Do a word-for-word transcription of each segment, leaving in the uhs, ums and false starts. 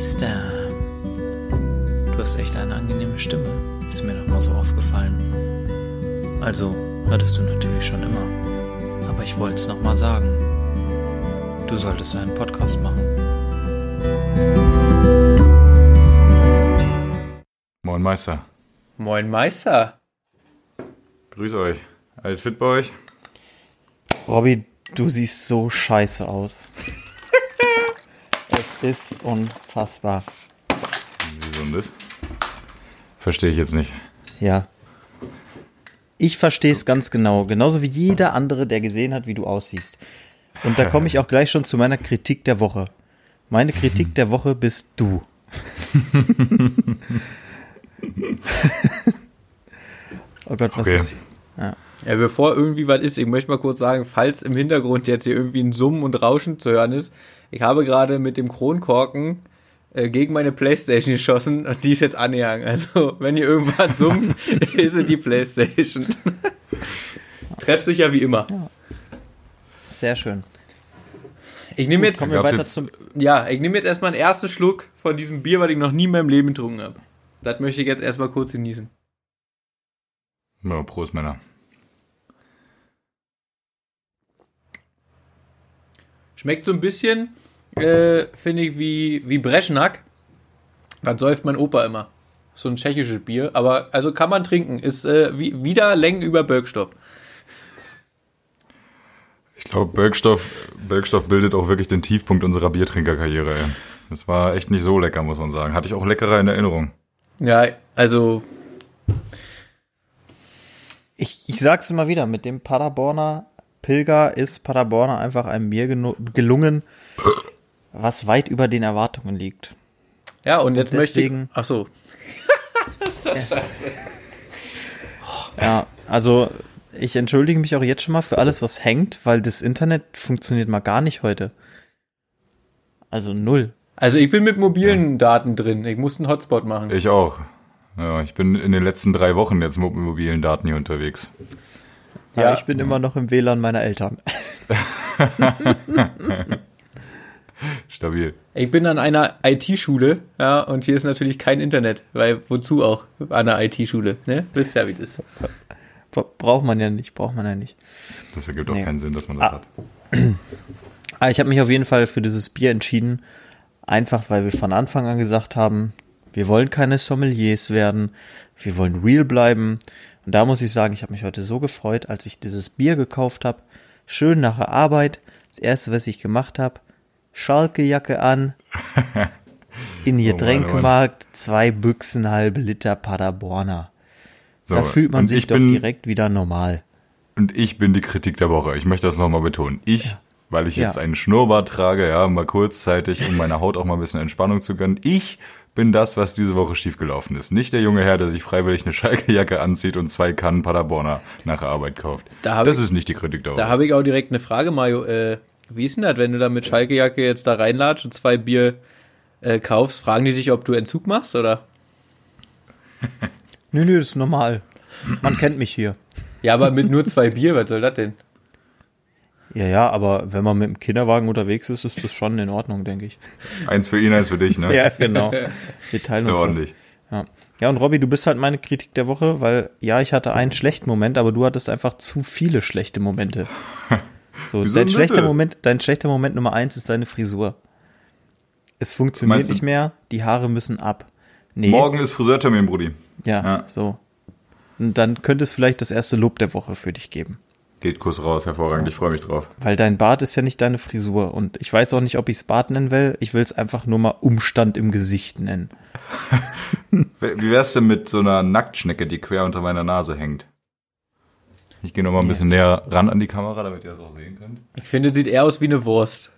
Meister, du hast echt eine angenehme Stimme, ist mir noch mal so aufgefallen. Also, hattest du natürlich schon immer, aber ich wollte es noch mal sagen. Du solltest einen Podcast machen. Moin Meister. Moin Meister. Grüß euch. Alles fit bei euch? Robby, du siehst so scheiße aus. Es ist unfassbar. Wieso denn das? Verstehe ich jetzt nicht. Ja. Ich verstehe es ganz genau. Genauso wie jeder andere, der gesehen hat, wie du aussiehst. Und da komme ich auch gleich schon zu meiner Kritik der Woche. Meine Kritik der Woche bist du. Oh Gott, was Okay. ist... Ja. Ja, bevor irgendwie was ist, ich möchte mal kurz sagen, falls im Hintergrund jetzt hier irgendwie ein Summen und Rauschen zu hören ist, ich habe gerade mit dem Kronkorken äh, gegen meine Playstation geschossen und die ist jetzt angehangen. Also, wenn ihr irgendwann summt, ist es die Playstation. Treff sich ja wie immer. Ja. Sehr schön. Ich nehme jetzt, Kommen wir Gab's weiter jetzt- zum... ja, ich nehme jetzt erstmal einen ersten Schluck von diesem Bier, was ich noch nie in meinem Leben getrunken habe. Das möchte ich jetzt erstmal kurz genießen. Ja, Prost, Männer. Schmeckt so ein bisschen, äh, finde ich, wie, wie Breschnack. Das säuft mein Opa immer. So ein tschechisches Bier. Aber, also kann man trinken. Ist äh, wie, wieder Längen über Birkstoff. Ich glaube, Birkstoff, Birkstoff bildet auch wirklich den Tiefpunkt unserer Biertrinkerkarriere. Ey. Das war echt nicht so lecker, muss man sagen. Hatte ich auch leckerer in Erinnerung. Ja, also, Ich, ich sag's immer wieder, mit dem Paderborner Pilger ist Paderborner einfach ein Bier genu- gelungen, was weit über den Erwartungen liegt. ja, und jetzt deswegen- möchte ich. Ach so. ist das scheiße. Ja, also ich entschuldige mich auch jetzt schon mal für alles, was hängt, weil das Internet funktioniert mal gar nicht heute. Also null. Also, ich bin mit mobilen Daten drin. Ich muss einen Hotspot machen. Ich auch. Ja, ich bin in den letzten drei Wochen jetzt mit mobilen Daten hier unterwegs. Ja, Ja. ich bin immer noch im W L A N meiner Eltern. Stabil. Ich bin an einer I T-Schule, ja, und hier ist natürlich kein Internet, weil wozu auch an einer I T-Schule, ne? Wisst ja, wie das ist. Bra- Braucht man ja nicht, braucht man ja nicht. Das ergibt auch Nee. keinen Sinn, dass man das Ah. hat. Aber ich habe mich auf jeden Fall für dieses Bier entschieden, einfach weil wir von Anfang an gesagt haben, wir wollen keine Sommeliers werden, wir wollen real bleiben. Und da muss ich sagen, ich habe mich heute so gefreut, als ich dieses Bier gekauft habe. Schön nach der Arbeit. Das erste, was ich gemacht habe, Schalke-Jacke an, in den Oh Mann, Getränkemarkt, zwei Büchsen, halbe Liter Paderborner. So, Da fühlt man und sich ich doch bin, direkt wieder normal. Und ich bin die Kritik der Woche. Ich möchte das nochmal betonen. Ich, weil ich jetzt Ja. einen Schnurrbart trage, ja, mal kurzzeitig, um meiner Haut auch mal ein bisschen Entspannung zu gönnen. Ich bin das, was diese Woche schiefgelaufen ist. Nicht der junge Herr, der sich freiwillig eine Schalke-Jacke anzieht und zwei Kannen Paderborner nach der Arbeit kauft. Da hab das ich- ist nicht die Kritik der Woche. Da habe ich auch direkt eine Frage, Mario. Äh, wie ist denn das, wenn du da mit Schalke-Jacke jetzt da reinlatsch und zwei Bier äh, kaufst? Fragen die dich, ob du Entzug machst, oder? Nö, nö, das ist normal. Man kennt mich hier. Ja, aber mit nur zwei Bier, was soll das denn? Ja, ja, aber wenn man mit dem Kinderwagen unterwegs ist, ist das schon in Ordnung, denke ich. Eins für ihn, eins für dich, ne? Ja, genau. Wir teilen Ist ja uns ordentlich. das. Ja. Ja, und Robby, du bist halt meine Kritik der Woche, weil, ja, ich hatte einen schlechten Moment, aber du hattest einfach zu viele schlechte Momente. So, Wieso dein denn schlechter bitte? Moment, dein schlechter Moment Nummer eins ist deine Frisur. Es funktioniert Meinst du- nicht mehr, die Haare müssen ab. Nee, Morgen ist Friseurtermin, Brudi. ja, Ja. so. Und dann könnte es vielleicht das erste Lob der Woche für dich geben. Geht Kuss raus, hervorragend, ich freue mich drauf. Weil dein Bart ist ja nicht deine Frisur. Und ich weiß auch nicht, ob ich es Bart nennen will. Ich will es einfach nur mal Umstand im Gesicht nennen. Wie wär's denn mit so einer Nacktschnecke, die quer unter meiner Nase hängt? Ich gehe noch mal ein bisschen näher ran an die Kamera, damit ihr das auch sehen könnt. Ich finde, es sieht eher aus wie eine Wurst.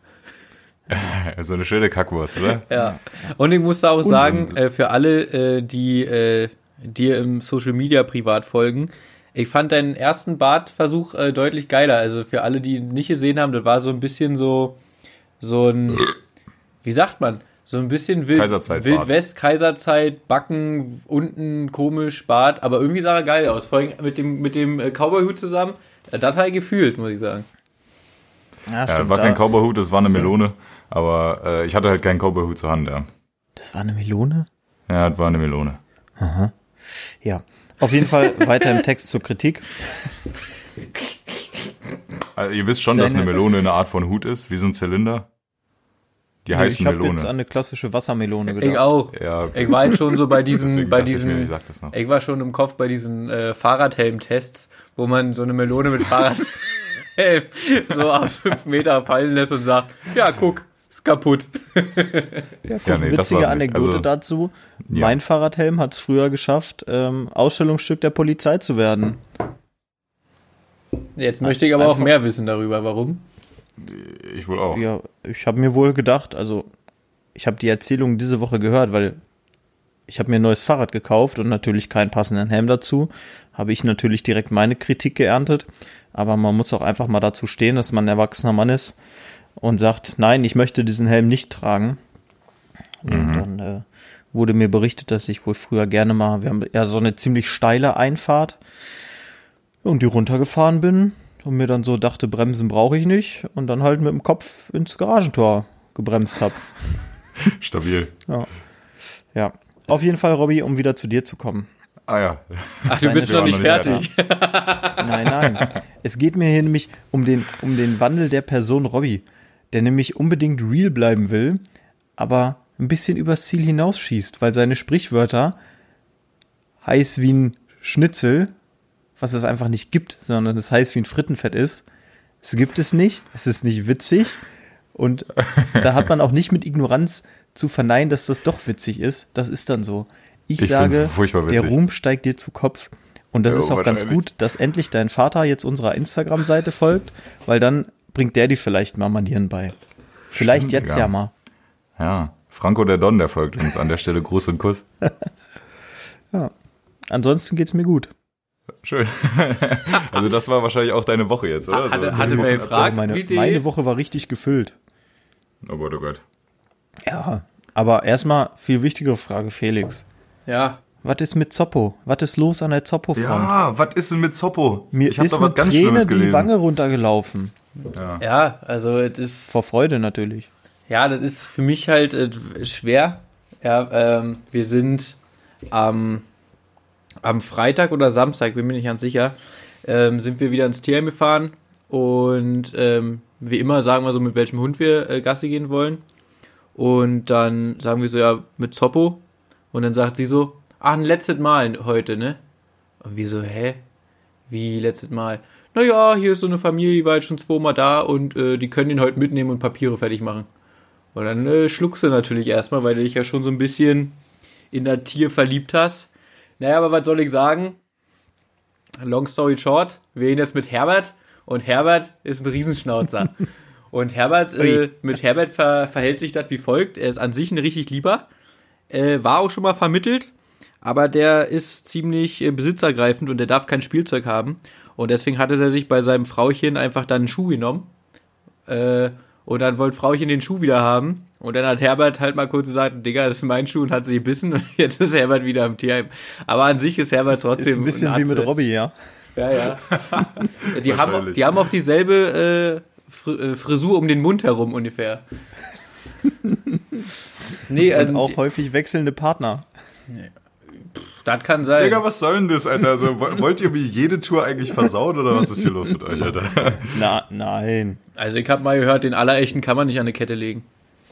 So eine schöne Kackwurst, oder? Ja. Und ich muss da auch sagen, äh, für alle, äh, die äh, dir im Social Media privat folgen, ich fand deinen ersten Bartversuch äh, deutlich geiler. Also für alle, die ihn nicht gesehen haben, das war so ein bisschen so, so ein, wie sagt man, so ein bisschen Wild, Kaiserzeit-Bart. Wild West, Kaiserzeit, Backen, unten komisch, Bart, aber irgendwie sah er geil aus. Vor allem mit dem, mit dem äh, Cowboy-Hut zusammen, äh, das habe ich gefühlt, muss ich sagen. Ja, Ja, stimmt, war kein da- Cowboyhut, das war eine Melone. Aber äh, ich hatte halt keinen Cowboyhut zur Hand, ja. Das war eine Melone? Ja, das war eine Melone. Ja. Auf jeden Fall weiter im Text zur Kritik. Also, ihr wisst schon, dass Deine- eine Melone eine Art von Hut ist, wie so ein Zylinder. Die heißt ich habe Melone. jetzt an eine klassische Wassermelone Ich gedacht. auch. Ja, Ich war jetzt schon so bei diesen, deswegen bei dachte ich diesen, mir, ich sag das noch. ich war schon im Kopf bei diesen äh, Fahrradhelm-Tests, wo man so eine Melone mit Fahrradhelm so auf fünf Meter fallen lässt und sagt, ja, guck, ist kaputt. Ja, guck, Ja, nee, das witzige war's nicht. Anekdote Also, dazu. ja. Mein Fahrradhelm hat es früher geschafft, ähm, Ausstellungsstück der Polizei zu werden. Jetzt möchte ich aber auch Einfach- mehr wissen darüber. Warum? Ich wohl auch. Ja, ich habe mir wohl gedacht, also ich habe die Erzählung diese Woche gehört, weil ich habe mir ein neues Fahrrad gekauft und natürlich keinen passenden Helm dazu. Habe ich natürlich direkt meine Kritik geerntet. Aber man muss auch einfach mal dazu stehen, dass man ein erwachsener Mann ist und sagt, nein, ich möchte diesen Helm nicht tragen. Und Mhm. dann äh, wurde mir berichtet, dass ich wohl früher gerne mal, wir haben ja so eine ziemlich steile Einfahrt und die runtergefahren bin und mir dann so dachte, Bremsen brauche ich nicht und dann halt mit dem Kopf ins Garagentor gebremst habe. Stabil. Ja. Ja. Auf jeden Fall, Robby, um wieder zu dir zu kommen. Ah ja. Ach, du Deine bist noch nicht Frau noch fertig. nicht Nein, nein. Es geht mir hier nämlich um den, um den Wandel der Person Robby, der nämlich unbedingt real bleiben will, aber ein bisschen übers Ziel hinausschießt, weil seine Sprichwörter heiß wie ein Schnitzel, was es einfach nicht gibt, sondern es heiß wie ein Frittenfett ist. Es gibt es nicht, es ist nicht witzig und da hat man auch nicht mit Ignoranz zu verneinen, dass das doch witzig ist. Das ist dann so. Ich, Ich find's sage, furchtbar der witzig. Ruhm steigt dir zu Kopf. Und das Ja, ist auch ganz wahrscheinlich. gut, dass endlich dein Vater jetzt unserer Instagram-Seite folgt, weil dann bringt der dir vielleicht mal Manieren bei. Vielleicht Stimmt, jetzt ja. ja mal. Ja. Franco der Don, der folgt uns. An der Stelle Gruß und Kuss. Ansonsten geht's mir gut. Schön. Also das war wahrscheinlich auch deine Woche jetzt, oder? Hatte, So, hatte wer Also gefragt, meine, wie die... meine Woche war richtig gefüllt. Oh Gott, oh Gott. Ja, aber erstmal viel wichtigere Frage, Felix. Ja, Was ist mit Zoppo? Was ist los an der Zoppo-Front? Ja, was ist denn mit Zoppo? Mir ich hab ist da eine was ganz Träne Schlimmes die gelesen. Wange runtergelaufen. Ja. ja, also es ist... Vor Freude natürlich. Ja, das ist für mich halt äh, schwer. Ja, ähm, wir sind am, am Freitag oder Samstag, bin mir nicht ganz sicher, ähm, sind wir wieder ins Tierheim gefahren und ähm, wie immer sagen wir so, mit welchem Hund wir äh, Gassi gehen wollen. Und dann sagen wir so, ja, mit Zoppo. Und dann sagt sie so, ach, ein letztes Mal heute, ne? Und wir so, hä? Wie letztes Mal? Naja, hier ist so eine Familie, die war jetzt schon zweimal da und äh, die können ihn heute mitnehmen und Papiere fertig machen. Und dann äh, schluckst du natürlich erstmal, weil du dich ja schon so ein bisschen in das Tier verliebt hast. Naja, aber was soll ich sagen? Long story short, wir gehen jetzt mit Herbert und Herbert ist ein Riesenschnauzer. Und Herbert, äh, mit Herbert ver- verhält sich das wie folgt. Er ist an sich ein richtig lieber, äh, war auch schon mal vermittelt, aber der ist ziemlich äh, besitzergreifend und der darf kein Spielzeug haben. Und deswegen hatte er sich bei seinem Frauchen einfach dann einen Schuh genommen. Äh, und dann wollte Frauchen den Schuh wieder haben. Und dann hat Herbert halt mal kurz gesagt, Digga, das ist mein Schuh und hat sie gebissen. Und jetzt ist Herbert wieder im Tierheim. Aber an sich ist Herbert trotzdem Ist ein bisschen wie mit Atze. Robby, ja. Ja, ja. Die haben, Wahrscheinlich. die haben auch dieselbe äh, Fr- äh, Frisur um den Mund herum ungefähr. Nee, Und ähm, auch häufig wechselnde Partner. das kann sein. Digga, was soll denn das, Alter? Also, wo- wollt ihr mir jede Tour eigentlich versauen oder was ist hier los mit euch, Alter? Na, nein. Also ich habe mal gehört, den Allerechten kann man nicht an eine Kette legen.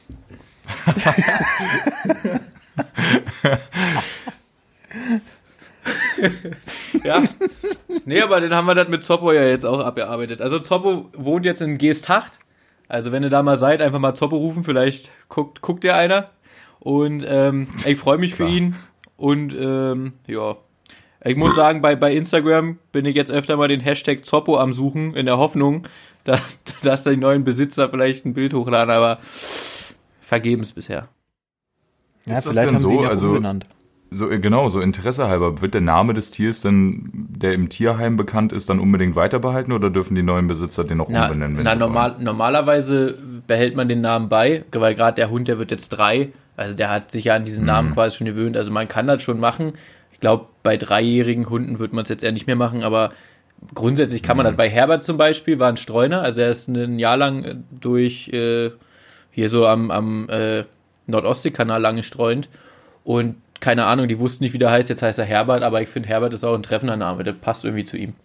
Ja. Nee, aber den haben wir das mit Zoppo ja jetzt auch abgearbeitet. Also Zoppo wohnt jetzt in Geesthacht. Also wenn ihr da mal seid, einfach mal Zoppo rufen, vielleicht guckt, guckt ihr einer. Und ähm, ich freue mich für Klar. ihn. Und ähm, ja. Ich muss sagen, bei, bei Instagram bin ich jetzt öfter mal den Hashtag Zoppo am Suchen, in der Hoffnung, dass, dass die neuen Besitzer vielleicht ein Bild hochladen, aber vergebens bisher. Ja, Ist das vielleicht denn haben sie so? ihn ja Also- umbenannt. So, äh, genau, so Interesse halber. Wird der Name des Tiers denn, der im Tierheim bekannt ist, dann unbedingt weiterbehalten oder dürfen die neuen Besitzer den noch Na, umbenennen? wenn na sie normal, normalerweise behält man den Namen bei, weil gerade der Hund, der wird jetzt drei, also der hat sich ja an diesen Namen quasi schon gewöhnt, also man kann das schon machen. Ich glaube, bei dreijährigen Hunden wird man es jetzt eher nicht mehr machen, aber grundsätzlich kann man das bei Herbert zum Beispiel, war ein Streuner, also er ist ein Jahr lang durch äh, hier so am, am äh, Nordostseekanal lang gestreunt und keine Ahnung, die wussten nicht, wie der heißt, jetzt heißt er Herbert, aber ich finde Herbert ist auch ein treffender Name, der passt irgendwie zu ihm.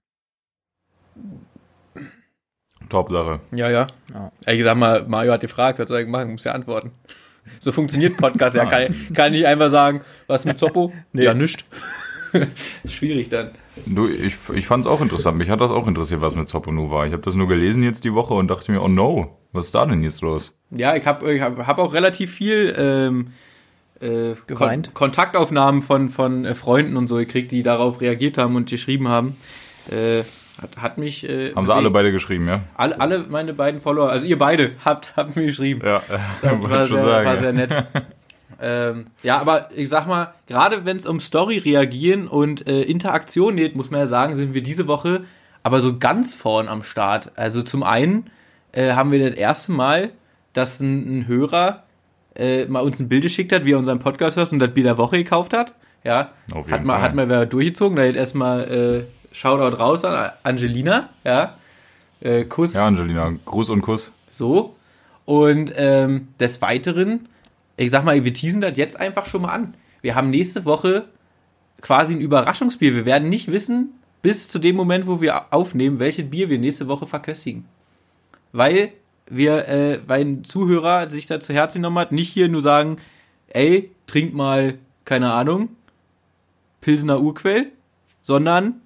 Top-Sache. Ja, ja. ja. Ich sag mal, Mario hat gefragt, was soll ich machen, muss ja antworten. So funktioniert Podcast, ja, kann, kann ich einfach sagen, was mit Zoppo? Nee. Ja, nischt. Schwierig dann. Du, ich, ich fand es auch interessant. Mich hat das auch interessiert, was mit Zoppo Nu war. Ich habe das nur gelesen jetzt die Woche und dachte mir, oh no, was ist da denn jetzt los? Ja, ich habe ich hab, hab auch relativ viel ähm, äh, Kon- Kontaktaufnahmen von, von äh, Freunden und so gekriegt, die darauf reagiert haben und geschrieben haben. Äh, hat, hat mich... Äh, haben sie alle beide geschrieben, ja? Alle, alle meine beiden Follower, also ihr beide, habt, habt mir geschrieben. Ja, das war, sehr, sagen, war sehr nett. Ähm, ja, aber ich sag mal, gerade wenn es um Story reagieren und äh, Interaktion geht, muss man ja sagen, sind wir diese Woche aber so ganz vorn am Start. Also zum einen äh, haben wir das erste Mal, dass ein, ein Hörer äh, mal uns ein Bild geschickt hat, wie er unseren Podcast hört und das Bier der Woche gekauft hat. Ja, auf jeden hat Fall. mal, hat mal wer durchgezogen. Da jetzt erstmal äh, Shoutout raus an Angelina. Ja, äh, Kuss. Ja, Angelina, Gruß und Kuss. So. Und ähm, des Weiteren, ich sag mal, wir teasen das jetzt einfach schon mal an. Wir haben nächste Woche quasi ein Überraschungsbier. Wir werden nicht wissen, bis zu dem Moment, wo wir aufnehmen, welches Bier wir nächste Woche verköstigen. Weil wir, äh, weil ein Zuhörer sich da zu Herzen genommen hat, nicht hier nur sagen, ey, trink mal, keine Ahnung, Pilsener Urquell, sondern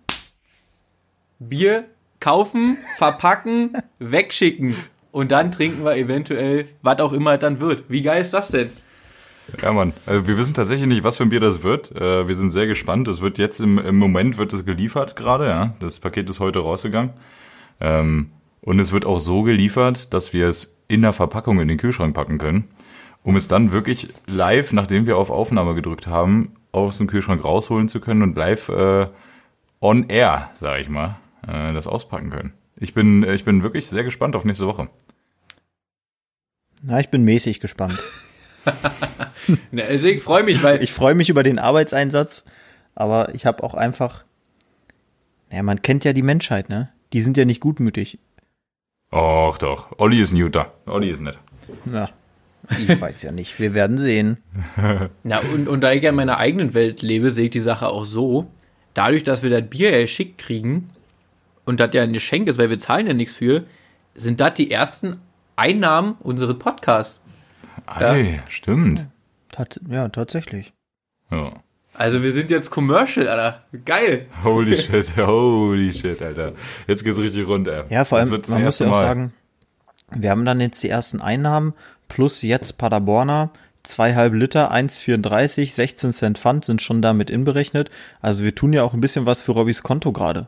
Bier kaufen, verpacken, wegschicken. Und dann trinken wir eventuell, was auch immer es dann wird. Wie geil ist das denn? Ja, Mann. Also wir wissen tatsächlich nicht, was für ein Bier das wird. Äh, wir sind sehr gespannt. Es wird jetzt im, im Moment wird es geliefert gerade. Ja, das Paket ist heute rausgegangen. Ähm, und es wird auch so geliefert, dass wir es in der Verpackung in den Kühlschrank packen können, um es dann wirklich live, nachdem wir auf Aufnahme gedrückt haben, aus dem Kühlschrank rausholen zu können und live äh, on air, sag ich mal, äh, das auspacken können. Ich bin, ich bin wirklich sehr gespannt auf nächste Woche. Na, ich bin mäßig gespannt. Na, also ich freue mich, weil... Ich freue mich über den Arbeitseinsatz, aber ich habe auch einfach... Naja, man kennt ja die Menschheit, ne? Die sind ja nicht gutmütig. Och doch, Olli ist ein Guter. Olli ist nett. Na, ich weiß ja nicht. Wir werden sehen. Na, und, und da ich ja in meiner eigenen Welt lebe, sehe ich die Sache auch so. Dadurch, dass wir das Bier ja geschickt kriegen und das ja ein Geschenk ist, weil wir zahlen ja nichts für, sind das die ersten Einnahmen unseres Podcasts. Ey, ja. Stimmt. Tat, ja, tatsächlich. Ja. Also wir sind jetzt Commercial, Alter. Geil. Holy shit, holy shit, Alter. Jetzt geht's richtig rund, ey. Ja, vor allem, man muss ja auch Mal. sagen, wir haben dann jetzt die ersten Einnahmen, plus jetzt Paderborner, zweieinhalb Liter, eins Komma vierunddreißig, sechzehn Cent Pfand sind schon damit inberechnet. Also wir tun ja auch ein bisschen was für Robbys Konto gerade.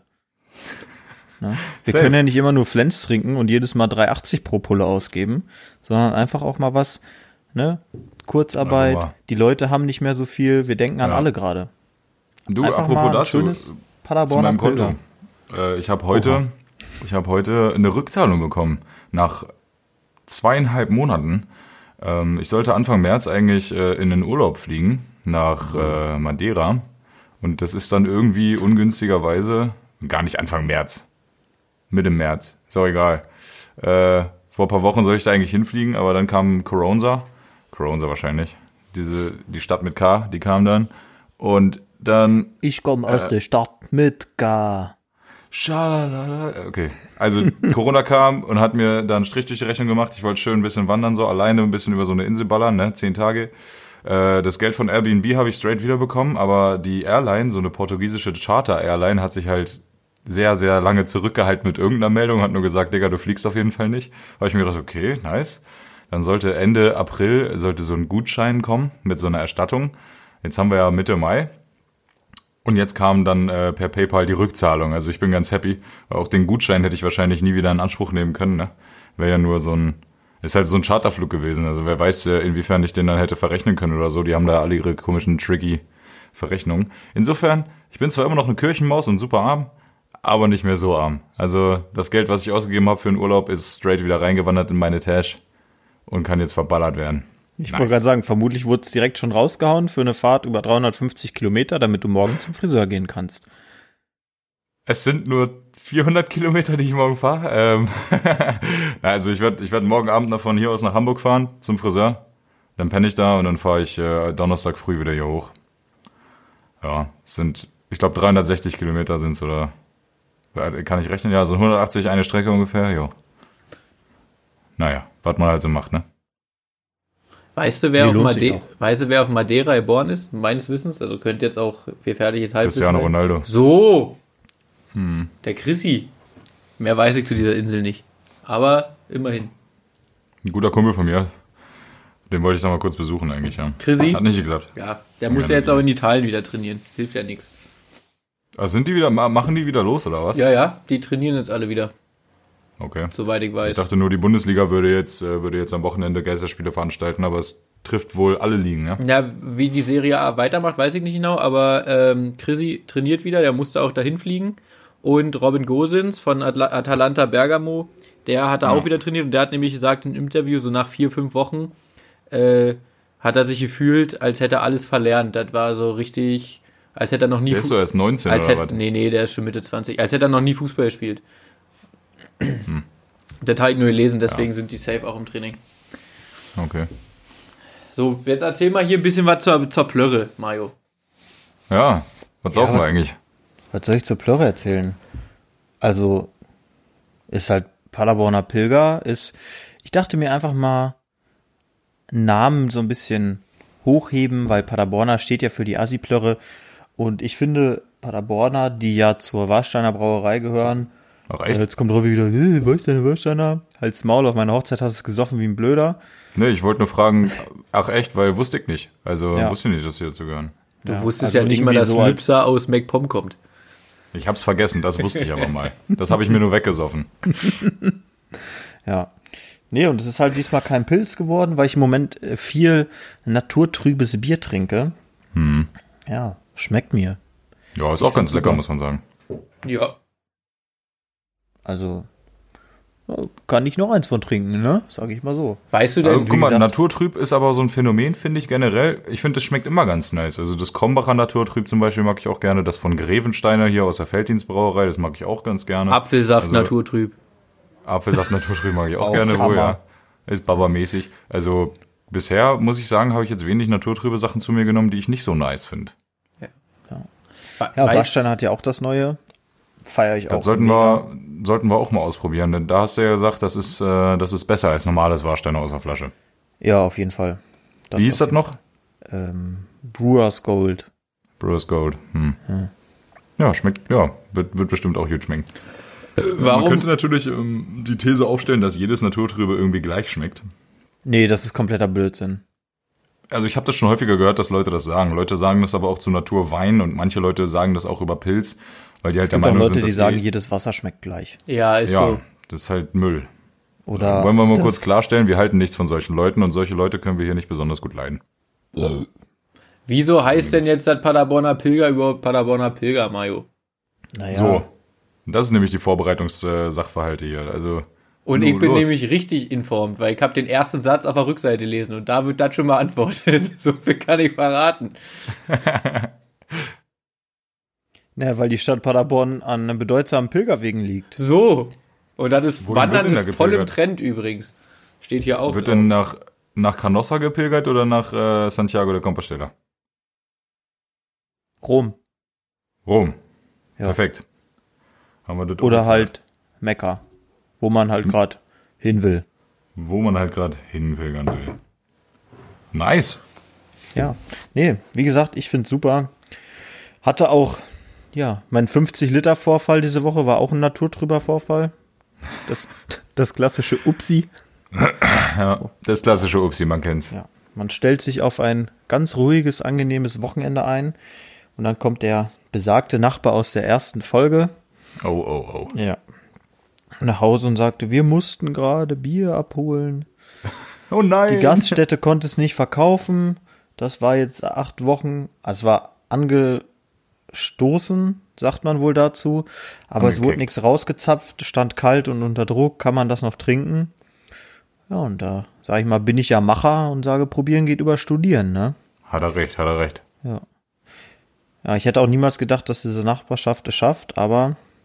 Ne? Wir Safe. Können ja nicht immer nur Flens trinken und jedes Mal drei achtzig pro Pulle ausgeben, sondern einfach auch mal was, ne? Kurzarbeit, ja, die Leute haben nicht mehr so viel, wir denken an ja. alle gerade. Du, einfach apropos dazu, zu meinem Konto. Äh, ich habe heute, Oha. ich habe heute eine Rückzahlung bekommen, nach zweieinhalb Monaten. Ähm, ich sollte Anfang März eigentlich äh, in den Urlaub fliegen, nach äh, Madeira. Und das ist dann irgendwie ungünstigerweise, gar nicht Anfang März, Mitte März, ist auch egal. Äh, vor ein paar Wochen soll ich da eigentlich hinfliegen, aber dann kam Corona, Corona wahrscheinlich, diese die Stadt mit K, die kam dann. Und dann... Ich komme aus äh, der Stadt mit K. Schalalala. Okay, also Corona kam und hat mir da einen Strich durch die Rechnung gemacht. Ich wollte schön ein bisschen wandern, so alleine ein bisschen über so eine Insel ballern, ne, zehn Tage. Äh, das Geld von Airbnb habe ich straight wiederbekommen, aber die Airline, so eine portugiesische Charter-Airline, hat sich halt sehr, sehr lange zurückgehalten mit irgendeiner Meldung, hat nur gesagt, Digga, du fliegst auf jeden Fall nicht. Habe ich mir gedacht, okay, nice. Dann sollte Ende April, sollte so ein Gutschein kommen mit so einer Erstattung. Jetzt haben wir ja Mitte Mai. Und jetzt kam dann äh, per PayPal die Rückzahlung. Also ich bin ganz happy. Auch den Gutschein hätte ich wahrscheinlich nie wieder in Anspruch nehmen können. Ne? Wäre ja nur so ein, ist halt so ein Charterflug gewesen. Also wer weiß, inwiefern ich den dann hätte verrechnen können oder so. Die haben da alle ihre komischen, tricky Verrechnungen. Insofern, ich bin zwar immer noch eine Kirchenmaus und super arm, aber nicht mehr so arm. Also das Geld, was ich ausgegeben habe für den Urlaub, ist straight wieder reingewandert in meine Tasche und kann jetzt verballert werden. Ich nice. wollte gerade sagen, vermutlich wurde es direkt schon rausgehauen für eine Fahrt über dreihundertfünfzig Kilometer, damit du morgen zum Friseur gehen kannst. Es sind nur vierhundert Kilometer, die ich morgen fahre. Ähm, also ich werde ich werd morgen Abend noch von hier aus nach Hamburg fahren, zum Friseur. Dann penne ich da und dann fahre ich äh, Donnerstag früh wieder hier hoch. Ja, sind, ich glaube dreihundertsechzig Kilometer sind's, oder kann ich rechnen? Ja, so hundertachtzig eine Strecke ungefähr, jo. Naja, was man halt so macht, ne? Weißt du, wer Die auf, lohnt sich Made- auch. weißt du, wer auf Madeira geboren ist? Meines Wissens. Also könnte jetzt auch gefährliche Halbwissen Cristiano sein. Ronaldo. So. Hm. Der Chrissy. Mehr weiß ich zu dieser Insel nicht. Aber immerhin. Ein guter Kumpel von mir. Den wollte ich noch mal kurz besuchen eigentlich, ja. Chrissy? Hat nicht geklappt. Ja, der muss Ja, ja jetzt das- auch in Italien wieder trainieren. Hilft ja nichts. Also sind die wieder, ma- machen die wieder los, oder was? Ja, ja, die trainieren jetzt alle wieder, Okay. soweit ich weiß. Ich dachte nur, die Bundesliga würde jetzt, äh, würde jetzt am Wochenende Geisterspiele veranstalten, aber es trifft wohl alle Ligen, ja? Ja, wie die Serie A weitermacht, weiß ich nicht genau, aber ähm, Chrissy trainiert wieder, der musste auch dahin fliegen. Und Robin Gosens von Atla- Atalanta Bergamo, der hat da Ja. auch wieder trainiert und der hat nämlich gesagt im Interview, so nach vier, fünf Wochen, äh, hat er sich gefühlt, als hätte er alles verlernt. Das war so richtig, als hätte er noch nie... Der ist Fu- so erst neunzehn als oder hätte, was? nee, nee, der ist schon Mitte zwanzig. Als hätte er noch nie Fußball gespielt. Das habe ich nur gelesen, deswegen sind die safe auch im Training. Okay. So, jetzt erzähl mal hier ein bisschen was zur, zur Plörre, Mario. Ja, was saufen wir eigentlich? Was soll ich zur Plörre erzählen? Also, ist halt Paderborner Pilger, ist, ich dachte mir einfach mal, Namen so ein bisschen hochheben, weil Paderborner steht ja für die Assi-Plörre und ich finde, Paderborner, die ja zur Warsteiner Brauerei gehören, Ach äh, echt? jetzt kommt Robby wieder, äh, Warsteiner, Warsteiner, halt's Maul, auf meiner Hochzeit hast du es gesoffen wie ein Blöder. Nee, ich wollte nur fragen, ach echt, weil wusste ich nicht. Also Ja. wusste ich nicht, dass sie dazu gehören. Du Ja, wusstest also ja nicht mal, irgendwie dass so als- Lübser aus MacPom kommt. Ich hab's vergessen, das wusste ich aber mal. Das habe ich mir nur weggesoffen. Ja. Nee, und es ist halt diesmal kein Pilz geworden, weil ich im Moment äh, viel naturtrübes Bier trinke. Hm. Ja, schmeckt mir. Ja, ist Ich auch ganz find's lecker, super. muss man sagen. Ja. Also, ja, kann ich noch eins von trinken, ne? Sag ich mal so. Weißt du denn, Also, wie guck mal, gesagt, Naturtrüb ist aber so ein Phänomen, finde ich generell. Ich finde, das schmeckt immer ganz nice. Also das Krombacher Naturtrüb zum Beispiel mag ich auch gerne. Das von Grevensteiner hier aus der Felddienstbrauerei, das mag ich auch ganz gerne. Apfelsaft Also- naturtrüb. Apfelsaft Naturtrüb mag ich auch, Auch gerne, wohl, Hammer. ja. Ist Baba-mäßig. Also bisher, muss ich sagen, habe ich jetzt wenig naturtrübe Sachen zu mir genommen, die ich nicht so nice finde. Ja, Weißt- Warsteiner hat ja auch das neue. Feiere ich auch. Das sollten mega. wir, sollten wir auch mal ausprobieren, denn da hast du ja gesagt, das ist, äh, das ist besser als normales Warsteiner aus der Flasche. Ja, auf jeden Fall. Wie hieß das noch? Ähm, Brewers Gold. Brewers Gold. Hm. Ja, schmeckt, ja, wird, wird bestimmt auch gut schmecken. Man Warum? könnte natürlich ähm, die These aufstellen, dass jedes Naturtrübe irgendwie gleich schmeckt. Nee, das ist kompletter Blödsinn. Also ich habe das schon häufiger gehört, dass Leute das sagen. Leute sagen das aber auch zu Naturwein und manche Leute sagen das auch über Pilz, weil die halt Es der gibt auch Meinung Leute, sind, die dass sagen, die, jedes Wasser schmeckt gleich. Ja, ist ja, so. das ist halt Müll. Oder Wollen wir mal das, kurz klarstellen, wir halten nichts von solchen Leuten und solche Leute können wir hier nicht besonders gut leiden. Wieso heißt denn jetzt das Paderborner Pilger überhaupt Paderborner Pilger, Mario? Naja, So, das ist nämlich die Vorbereitungssachverhalte hier. Also Und nu- ich bin los. nämlich richtig informt, weil ich habe den ersten Satz auf der Rückseite gelesen und da wird das schon beantwortet. So viel kann ich verraten. naja, weil die Stadt Paderborn an einem bedeutsamen Pilgerwegen liegt. So. Und das ist Wohin Wandern wird denn da ist voll im gepilgert? Trend übrigens. Steht hier auch Wird drauf. denn nach, nach Canossa gepilgert oder nach äh, Santiago de Compostela? Rom. Rom. Ja. Perfekt. Haben wir das auch Oder geklärt. halt Mekka. Wo man halt gerade hin will. Wo man halt gerade hinpilgern will. Nice. Ja. Nee, wie gesagt, ich find's super. Hatte auch, ja, mein fünfzig-Liter-Vorfall diese Woche war auch ein naturtrüber Vorfall. Das, das klassische Upsi. Ja, das klassische Upsi, man kennt's. Ja, man stellt sich auf ein ganz ruhiges, angenehmes Wochenende ein und dann kommt der besagte Nachbar aus der ersten Folge Oh, oh, oh. ja. nach Hause und sagte, wir mussten gerade Bier abholen. Oh nein. Die Gaststätte konnte es nicht verkaufen. Das war jetzt acht Wochen, also es war angestoßen, sagt man wohl dazu, aber es wurde Angekeckt. nichts rausgezapft, stand kalt und unter Druck, kann man das noch trinken? Ja, und da, sag ich mal, bin ich ja Macher und sage, probieren geht über studieren, ne? Hat er recht, hat er recht. Ja. Ja, ich hätte auch niemals gedacht, dass diese Nachbarschaft es schafft, aber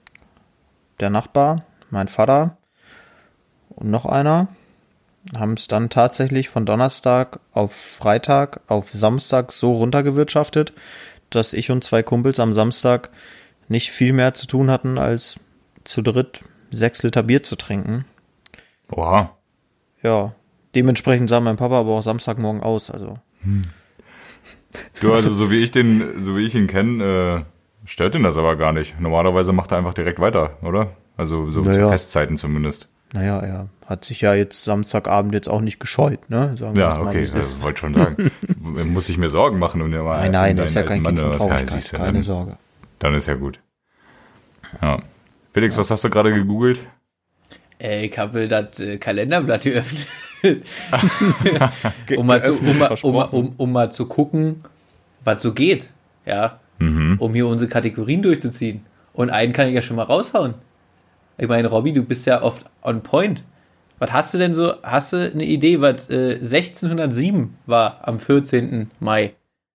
der Nachbar, mein Vater und noch einer haben es dann tatsächlich von Donnerstag auf Freitag auf Samstag so runtergewirtschaftet, dass ich und zwei Kumpels am Samstag nicht viel mehr zu tun hatten, als zu dritt sechs Liter Bier zu trinken. Oha. Ja, dementsprechend sah mein Papa aber auch Samstagmorgen aus, also. Hm. Du, also so wie ich den, so wie ich ihn kenne, äh, stört ihn das aber gar nicht. Normalerweise macht er einfach direkt weiter, oder? Also so Naja. zu Festzeiten zumindest. Naja, er hat sich ja jetzt Samstagabend jetzt auch nicht gescheut, ne? Sagen wir Ja, es mal, okay, wie es ist. äh, wollte schon sagen. Muss ich mir Sorgen machen um den mal. Nein, nein, um das ist ja deinen kein alten Kind Mann von oder was? Ja, Traurigkeit, siehst du, keine dann, Sorge. dann ist ja gut. Ja. Felix, was hast du gerade gegoogelt? Ey, ich habe das äh, Kalenderblatt geöffnet. um, mal zu, um, mal, um, mal- um, um mal zu gucken, was so geht. Ja. Mhm. Um hier unsere Kategorien durchzuziehen. Und einen kann ich ja schon mal raushauen. Ich meine, Robby, du bist ja oft on point. Was hast du denn so, hast du eine Idee, was äh, sechzehnhundertsieben war am vierzehnten Mai?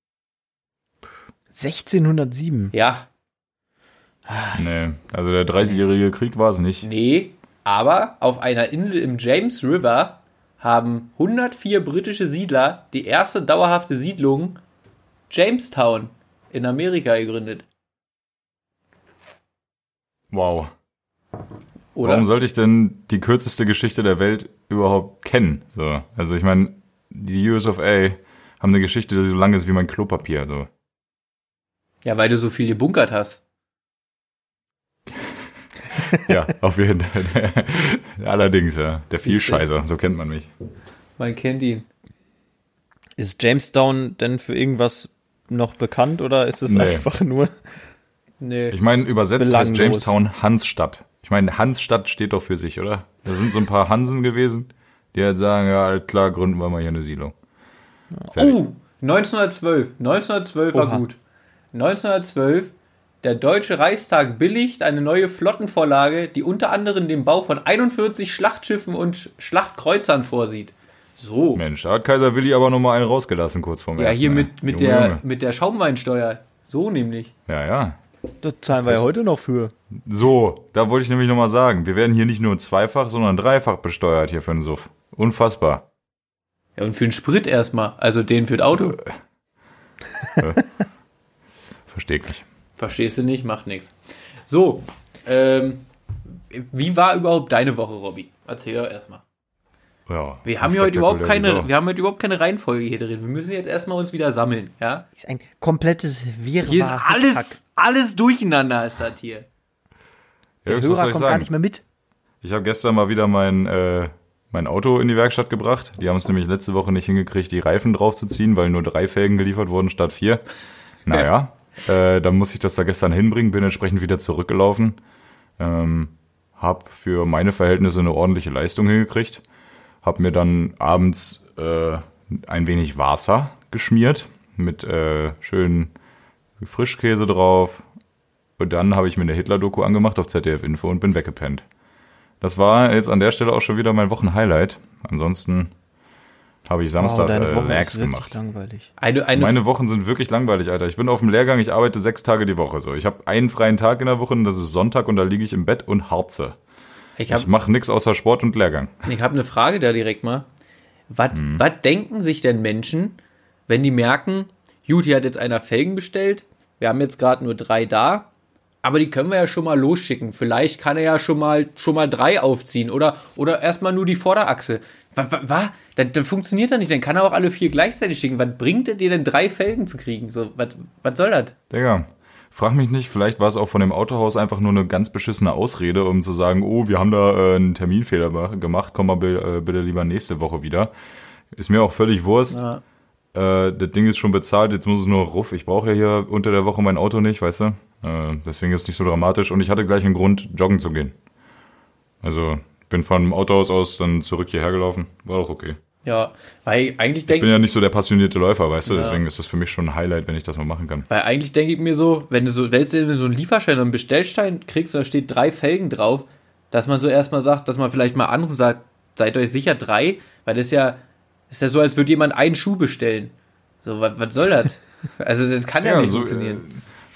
sechzehnhundertsieben? Ja, Nee, also der dreißigjährige Krieg war es nicht. nee, aber auf einer Insel im James River haben hundertvier britische Siedler die erste dauerhafte Siedlung Jamestown in Amerika gegründet. Wow. Oder? Warum sollte ich denn die kürzeste Geschichte der Welt überhaupt kennen? So, also ich meine, die U S of A haben eine Geschichte, die so lang ist wie mein Klopapier. So. Ja, weil du so viel gebunkert hast. Ja, auf jeden Fall. Allerdings, ja. Der Siehste. Vielscheißer, so kennt man mich. Man kennt ihn. Ist Jamestown denn für irgendwas noch bekannt oder ist es Nee. einfach nur... Nee. Ich meine, übersetzt Belanglos. heißt Jamestown Hansstadt. Ich meine, Hansstadt steht doch für sich, oder? Da sind so ein paar Hansen gewesen, die halt sagen, ja, alles klar, gründen wir mal hier eine Siedlung. Fertig. Oh, neunzehnhundertzwölf. neunzehnhundertzwölf war Oha. gut. neunzehnhundertzwölf, der Deutsche Reichstag billigt eine neue Flottenvorlage, die unter anderem den Bau von einundvierzig Schlachtschiffen und Sch- Schlachtkreuzern vorsieht. So. Mensch, da hat Kaiser Willi aber noch mal einen rausgelassen kurz vorm Ja, ersten. hier ey. mit, mit, Junge, der, Junge. mit der Schaumweinsteuer. So nämlich. Ja, ja. Das zahlen wir ja heute noch für. So, da wollte ich nämlich noch mal sagen, wir werden hier nicht nur zweifach, sondern dreifach besteuert hier für den Suff. Unfassbar. Ja, und für den Sprit erstmal. Also den für das Auto. Verstehe ich nicht. Verstehst du nicht? Macht nichts. So. Ähm, wie war überhaupt deine Woche, Robby? Erzähl doch erstmal. Ja, Wir haben hier heute überhaupt spektakulär keine, wir haben heute überhaupt keine Reihenfolge hier drin. Wir müssen jetzt erstmal uns wieder sammeln, ja? Ist ein komplettes Wirrwarr. Hier ist alles, alles durcheinander ist das hier. Ja, Der was Hörer soll ich kommt gar sagen? nicht mehr mit. Ich habe gestern mal wieder mein, äh, mein Auto in die Werkstatt gebracht. Die haben es nämlich letzte Woche nicht hingekriegt, die Reifen draufzuziehen, weil nur drei Felgen geliefert wurden statt vier. Naja, äh, dann muss ich das da gestern hinbringen, bin entsprechend wieder zurückgelaufen. Ähm, hab für meine Verhältnisse eine ordentliche Leistung hingekriegt. Hab mir dann abends äh, ein wenig Wasser geschmiert mit äh, schönen Frischkäse drauf. Und dann habe ich mir eine Hitler-Doku angemacht auf Z D F Info und bin weggepennt. Das war jetzt an der Stelle auch schon wieder mein Wochenhighlight. Ansonsten habe ich Samstag deine äh, Woche Werks ist wirklich gemacht. langweilig. Eine, eine, Meine Wochen sind wirklich langweilig, Alter. Ich bin auf dem Lehrgang, ich arbeite sechs Tage die Woche. So, ich habe einen freien Tag in der Woche und das ist Sonntag und da liege ich im Bett und harze. ich Ich habe mache nichts außer Sport und Lehrgang. ich hab eine Frage da direkt mal. Was Hm. was denken sich denn Menschen, wenn die merken, gut, hier hat jetzt einer Felgen bestellt, wir haben jetzt gerade nur drei da, aber die können wir ja schon mal losschicken. Vielleicht kann er ja schon mal, schon mal drei aufziehen oder, oder erstmal nur die Vorderachse. Was, was, was? Das, das funktioniert doch nicht, dann kann er auch alle vier gleichzeitig schicken. Was bringt es dir denn, drei Felgen zu kriegen? So, was, was soll das? Digga, frag mich nicht, vielleicht war es auch von dem Autohaus einfach nur eine ganz beschissene Ausrede, um zu sagen, oh, wir haben da äh, einen Terminfehler ma- gemacht, komm mal bi- äh, bitte lieber nächste Woche wieder. Ist mir auch völlig Wurst. Ja. Äh, das Ding ist schon bezahlt, jetzt muss es nur ruff. Ich brauche ja hier unter der Woche mein Auto nicht, weißt du? Äh, deswegen ist es nicht so dramatisch und ich hatte gleich einen Grund, joggen zu gehen. Also, bin von dem Autohaus aus dann zurück hierher gelaufen. War doch okay. Ja, weil eigentlich Ich bin denke ja nicht so der passionierte Läufer, weißt du? Ja. Deswegen ist das für mich schon ein Highlight, wenn ich das mal machen kann. weil eigentlich denke ich mir so, wenn du so, wenn du so einen Lieferschein oder einen Bestellstein kriegst, da steht drei Felgen drauf, dass man so erstmal sagt, dass man vielleicht mal anruft und sagt, seid euch sicher drei, weil das ist ja, ist ja so, als würde jemand einen Schuh bestellen. So, was, was soll das? Also das kann ja, nicht so, funktionieren. äh,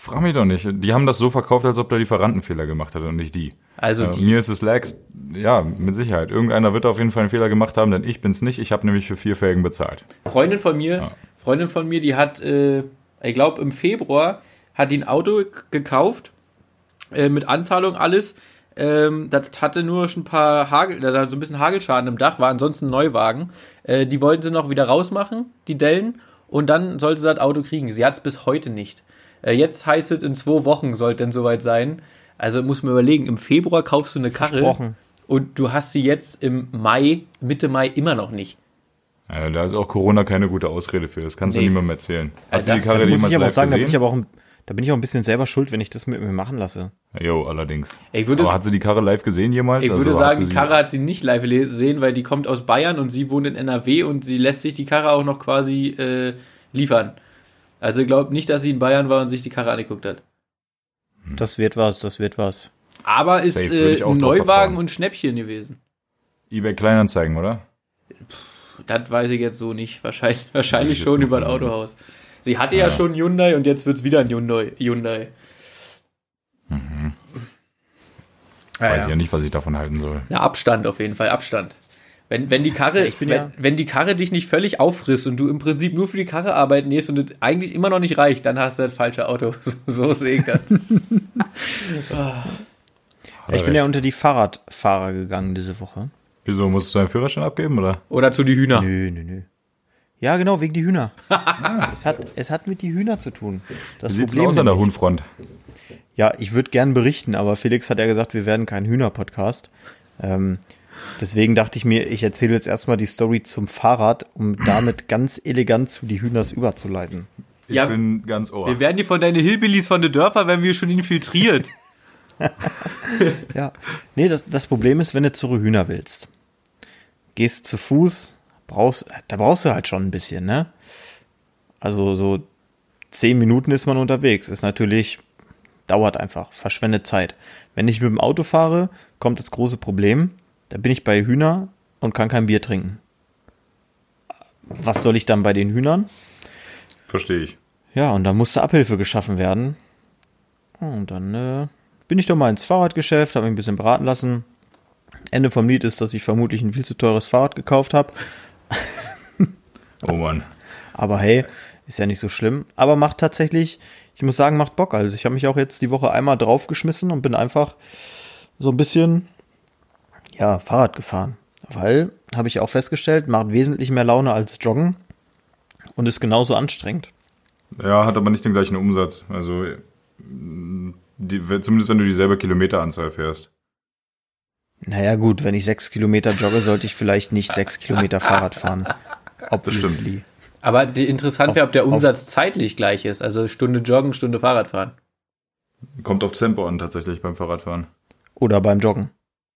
Frag mich doch nicht. Die haben das so verkauft, als ob der Lieferantenfehler gemacht hat und nicht die. Also äh, die. Mir ist es Lags, ja, mit Sicherheit. Irgendeiner wird auf jeden Fall einen Fehler gemacht haben, denn ich bin's nicht. Ich habe nämlich für vier Felgen bezahlt. Freundin von mir, Ja. Freundin von mir, die hat, äh, ich glaube im Februar, hat die ein Auto k- gekauft, äh, mit Anzahlung alles. Ähm, das hatte nur schon ein paar Hagel, also so ein bisschen Hagelschaden im Dach, war ansonsten ein Neuwagen. Äh, die wollten sie noch wieder rausmachen, die Dellen, und dann sollte sie das Auto kriegen. Sie hat es bis heute nicht. Äh, jetzt heißt es, in zwei Wochen sollte denn soweit sein. Also muss man überlegen, im Februar kaufst du eine Karre Versprochen. und du hast sie jetzt im Mai, Mitte Mai immer noch nicht. Ja, da ist auch Corona keine gute Ausrede für. Das kannst Nee. du niemandem erzählen. Hat Also sie die das Karre Da muss jemals ich aber auch live sagen, da bin ich gesehen? aber auch, ein- da bin ich auch ein bisschen selber schuld, wenn ich das mit mir machen lasse. Jo, allerdings. Ich würde aber hat sie die Karre live gesehen jemals? Ich würde Also hat sagen, sie die sie- Karre hat sie nicht live gesehen, weil die kommt aus Bayern und sie wohnt in N R W und sie lässt sich die Karre auch noch quasi äh, liefern. Also ich glaube nicht, dass sie in Bayern war und sich die Karre angeguckt hat. Das wird was, das wird was. Aber ist Safe, würde äh, ich auch ein drauf Neuwagen vertrauen. und Schnäppchen gewesen. eBay Kleinanzeigen, oder? Das weiß ich jetzt so nicht. Wahrscheinlich, wahrscheinlich ich schon jetzt über mal ein vermuten. Autohaus. Sie hatte ja, Ja. schon Hyundai und jetzt wird es wieder ein Hyundai. Hyundai. Mhm. Ah, Weiß ja. ich ja nicht, was ich davon halten soll. Na, Abstand auf jeden Fall, Abstand. Wenn, wenn die Karre, ich bin wenn, ja- wenn die Karre dich nicht völlig auffrisst und du im Prinzip nur für die Karre arbeiten gehst und es eigentlich immer noch nicht reicht, dann hast du das falsche Auto. So sehe ich das. Ja, ich bin ja unter die Fahrradfahrer gegangen diese Woche. Wieso, musst du deinen Führerschein abgeben, oder? Oder zu die Hühner. Nö, nö, nö. Ja, genau, wegen die Hühner. es, hat, es hat mit die Hühner zu tun. Das Wie sieht's denn Problem aus an der nämlich- Huhnfront? Ja, ich würde gern berichten, aber Felix hat ja gesagt, wir werden kein Hühner-Podcast. Ähm, deswegen dachte ich mir, ich erzähle jetzt erstmal die Story zum Fahrrad, um damit ganz elegant zu die Hühners überzuleiten. Ich Ja, bin ganz ohr. Wir werden die von deinen Hillbillies von den Dörfern, werden wir schon infiltriert. Ja. Nee, das, das Problem ist, wenn du zu Hühner willst, gehst zu Fuß, brauchst, da brauchst du halt schon ein bisschen, ne? Also so zehn Minuten ist man unterwegs. Ist natürlich, dauert einfach, verschwendet Zeit. Wenn ich mit dem Auto fahre, kommt das große Problem, da bin ich bei Hühner und kann kein Bier trinken. Was soll ich dann bei den Hühnern? Verstehe ich. Ja, und da musste Abhilfe geschaffen werden. Und dann äh, bin ich doch mal ins Fahrradgeschäft, habe mich ein bisschen beraten lassen. Ende vom Lied ist, dass ich vermutlich ein viel zu teures Fahrrad gekauft habe. Oh Mann. Aber hey, ist ja nicht so schlimm. Aber macht tatsächlich, ich muss sagen, macht Bock. Also ich habe mich auch jetzt die Woche einmal draufgeschmissen und bin einfach so ein bisschen, ja, Fahrrad gefahren. Weil, habe ich auch festgestellt, macht wesentlich mehr Laune als Joggen und ist genauso anstrengend. Ja, hat aber nicht den gleichen Umsatz. Also, die, zumindest wenn du dieselbe Kilometeranzahl fährst. Naja gut, wenn ich sechs Kilometer jogge, sollte ich vielleicht nicht sechs Kilometer Fahrrad fahren. Obviously. Aber die, interessant Auf- wäre, ob der auf- Umsatz zeitlich gleich ist. Also Stunde Joggen, Stunde Fahrrad fahren. Kommt auf Tempo an, tatsächlich, beim Fahrradfahren. Oder beim Joggen.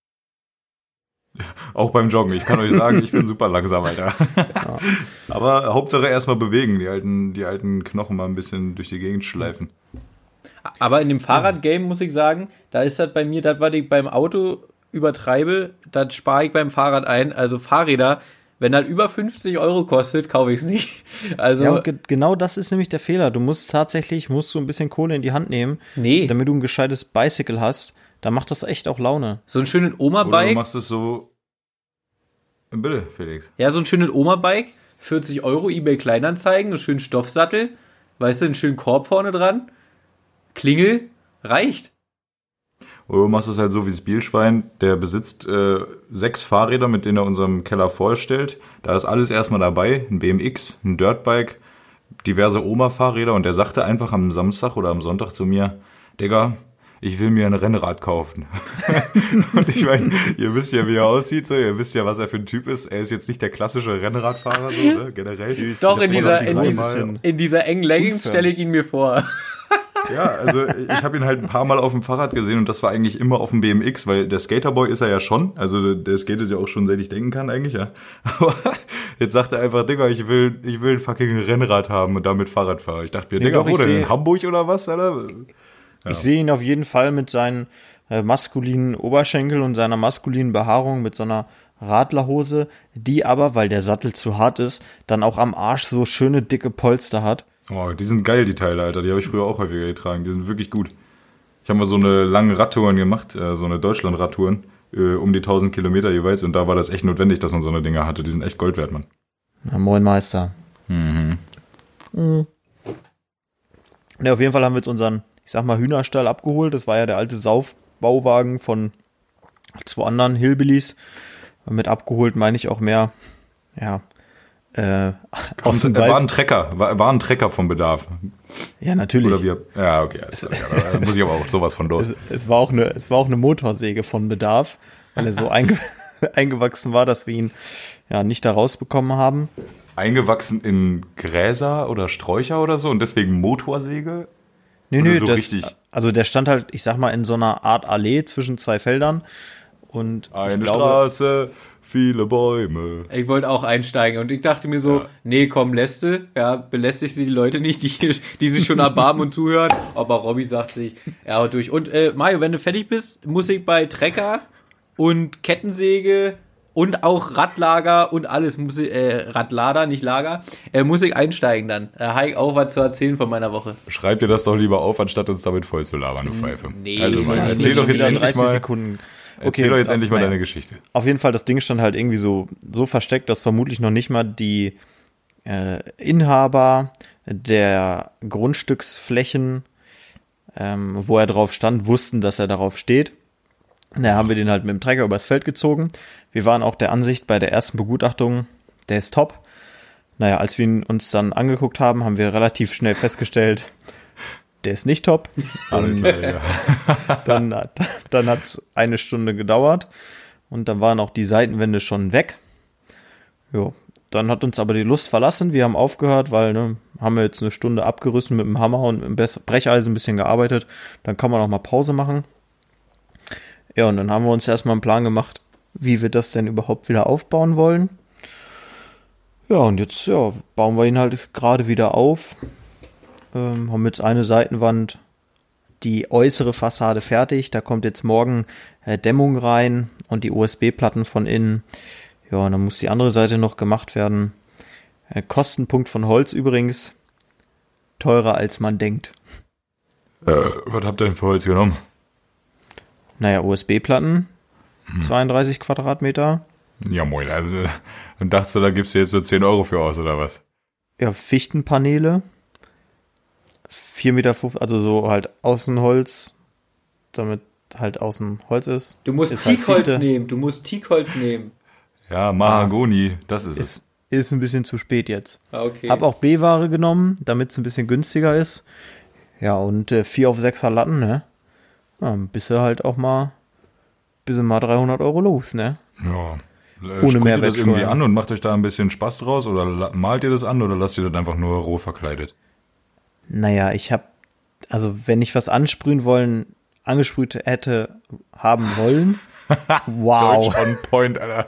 Auch beim Joggen. Ich kann euch sagen, ich bin super langsam, Alter. Aber Hauptsache erstmal bewegen, die alten, die alten Knochen mal ein bisschen durch die Gegend schleifen. Aber in dem Fahrradgame muss ich sagen, da ist das bei mir, das, was ich beim Auto übertreibe, das spare ich beim Fahrrad ein. Also Fahrräder, wenn das über fünfzig Euro kostet, kaufe ich es nicht. Also, Ja, und ge genau das ist nämlich der Fehler. Du musst tatsächlich, musst du ein bisschen Kohle in die Hand nehmen, nee, damit du ein gescheites Bicycle hast. Da macht das echt auch Laune. so ein schönes Oder du Oma-Bike, machst es so... Bitte, Felix. ja, so ein schönes Oma-Bike, vierzig Euro, eBay Kleinanzeigen, einen schönen Stoffsattel, weißt du, einen schönen Korb vorne dran, Klingel, reicht. Oder du machst es halt so wie das Bielschwein, der besitzt äh, sechs Fahrräder, mit denen er unserem Keller vorstellt. Da ist alles erstmal dabei, ein B M X, ein Dirtbike, diverse Oma-Fahrräder und der sagte einfach am Samstag oder am Sonntag zu mir, Digga, ich will mir ein Rennrad kaufen. Und ich meine, ihr wisst ja, wie er aussieht, so, ihr wisst ja, was er für ein Typ ist. Er ist jetzt nicht der klassische Rennradfahrer, so, ne, generell. Doch, Der in ist dieser, voll in, auf die dieser, Reihe. in dieser engen Leggings stelle ich ihn mir vor. Ja, also ich habe ihn halt ein paar Mal auf dem Fahrrad gesehen und das war eigentlich immer auf dem B M X, weil der Skaterboy ist er ja schon, also der skatet ja auch schon, seit ich denken kann eigentlich, ja. Aber jetzt sagt er einfach, Digga, ich will, ich will ein fucking Rennrad haben und damit Fahrrad fahren. Ich dachte mir, Nee, Digga, doch, wo ich denn, seh- in Hamburg oder was, Alter? Ja. Ich sehe ihn auf jeden Fall mit seinen äh, maskulinen Oberschenkel und seiner maskulinen Behaarung mit so einer Radlerhose, die aber, weil der Sattel zu hart ist, dann auch am Arsch so schöne dicke Polster hat. Oh, die sind geil, die Teile, Alter. Die habe ich früher auch häufiger getragen. Die sind wirklich gut. Ich habe mal so eine lange Radtouren gemacht, äh, so eine Deutschland-Radtouren, äh, um die tausend Kilometer jeweils. Und da war das echt notwendig, dass man so eine Dinger hatte. Die sind echt Gold wert, Mann. Na, moin Meister. Mhm. Mhm. Ja, auf jeden Fall haben wir jetzt unseren, ich sag mal, Hühnerstall abgeholt. Das war ja der alte Saufbauwagen von zwei anderen Hillbillies. Mit abgeholt meine ich auch mehr, ja, äh, aus dem Und, äh, Wald. war ein Trecker, war, war ein Trecker vom Bedarf. Ja, natürlich. Oder wir, ja, okay, alles klar. Ja, da muss ich aber auch sowas von los. Es, es, war auch eine, es war auch eine Motorsäge von Bedarf, weil er so einge, eingewachsen war, dass wir ihn ja nicht da rausbekommen haben. Eingewachsen in Gräser oder Sträucher oder so und deswegen Motorsäge? Nö, Oder nö, so das, richtig? Also der stand halt, ich sag mal, in so einer Art Allee zwischen zwei Feldern. Und Eine ich glaube, Straße, viele Bäume. Ich wollte auch einsteigen und ich dachte mir so, Ja. nee, komm, lässte, ja, belästigt sie die Leute nicht, die, die sich schon erbarmen und zuhören. Aber Robby sagt sich, er haut durch. Und äh, Mario, wenn du fertig bist, muss ich bei Trecker und Kettensäge und auch Radlager und alles, muss ich, äh, Radlader, nicht Lager, äh, muss ich einsteigen dann. Da habe ich auch was zu erzählen von meiner Woche. Schreib dir das doch lieber auf, anstatt uns damit voll zu labern, du Pfeife. Nee, also, so mal, ist erzähl nicht. doch jetzt wieder endlich dreißig mal, Sekunden. erzähl doch jetzt endlich mal naja. deine Geschichte. Auf jeden Fall, das Ding stand halt irgendwie so, so versteckt, dass vermutlich noch nicht mal die äh, Inhaber der Grundstücksflächen, ähm, wo er drauf stand, wussten, dass er darauf steht. Da haben wir den halt mit dem Trecker übers Feld gezogen. Wir waren auch der Ansicht bei der ersten Begutachtung, der ist top. Naja, als wir ihn uns dann angeguckt haben, haben wir relativ schnell festgestellt, der ist nicht top. Alles Und klar, ja. dann hat dann hat eine Stunde gedauert und dann waren auch die Seitenwände schon weg. Jo, dann hat uns aber die Lust verlassen. Wir haben aufgehört, weil ne, haben wir jetzt eine Stunde abgerissen mit dem Hammer und mit dem Bess- Brecheisen ein bisschen gearbeitet. Dann kann man auch mal Pause machen. Ja, und dann haben wir uns erstmal einen Plan gemacht, wie wir das denn überhaupt wieder aufbauen wollen. Ja, und jetzt ja, bauen wir ihn halt gerade wieder auf. Ähm, haben jetzt eine Seitenwand, die äußere Fassade fertig. Da kommt jetzt morgen äh, Dämmung rein und die U S B-Platten von innen. Ja, und dann muss die andere Seite noch gemacht werden. Äh, Kostenpunkt von Holz übrigens teurer als man denkt. Äh, was habt ihr denn für Holz genommen? Naja, U S B-Platten, Hm. zweiunddreißig Quadratmeter. Ja, moin, also, dann dachtest du, da gibst du jetzt so zehn Euro für aus, oder was? Ja, Fichtenpaneele. vier Meter fünfzig, also so halt Außenholz, damit halt außen Holz ist. Du musst Ist halt Teakholz Fichte. nehmen, du musst Teakholz nehmen. Ja, Mahagoni, das ist es. Ist, ist ein bisschen zu spät jetzt. Ah, okay. Hab auch B-Ware genommen, damit es ein bisschen günstiger ist. Ja, und äh, vier auf sechser Latten, ne? Ja, bist du halt auch mal, bist du mal dreihundert Euro los, ne? Ja. Äh, Ohne sprüht ihr das Mehrwertsteuer. irgendwie an und macht euch da ein bisschen Spaß draus oder la- malt ihr das an oder lasst ihr das einfach nur roh verkleidet? Naja, ich hab, also wenn ich was ansprühen wollen, angesprüht hätte haben wollen, wow, Deutsch on point, Alter.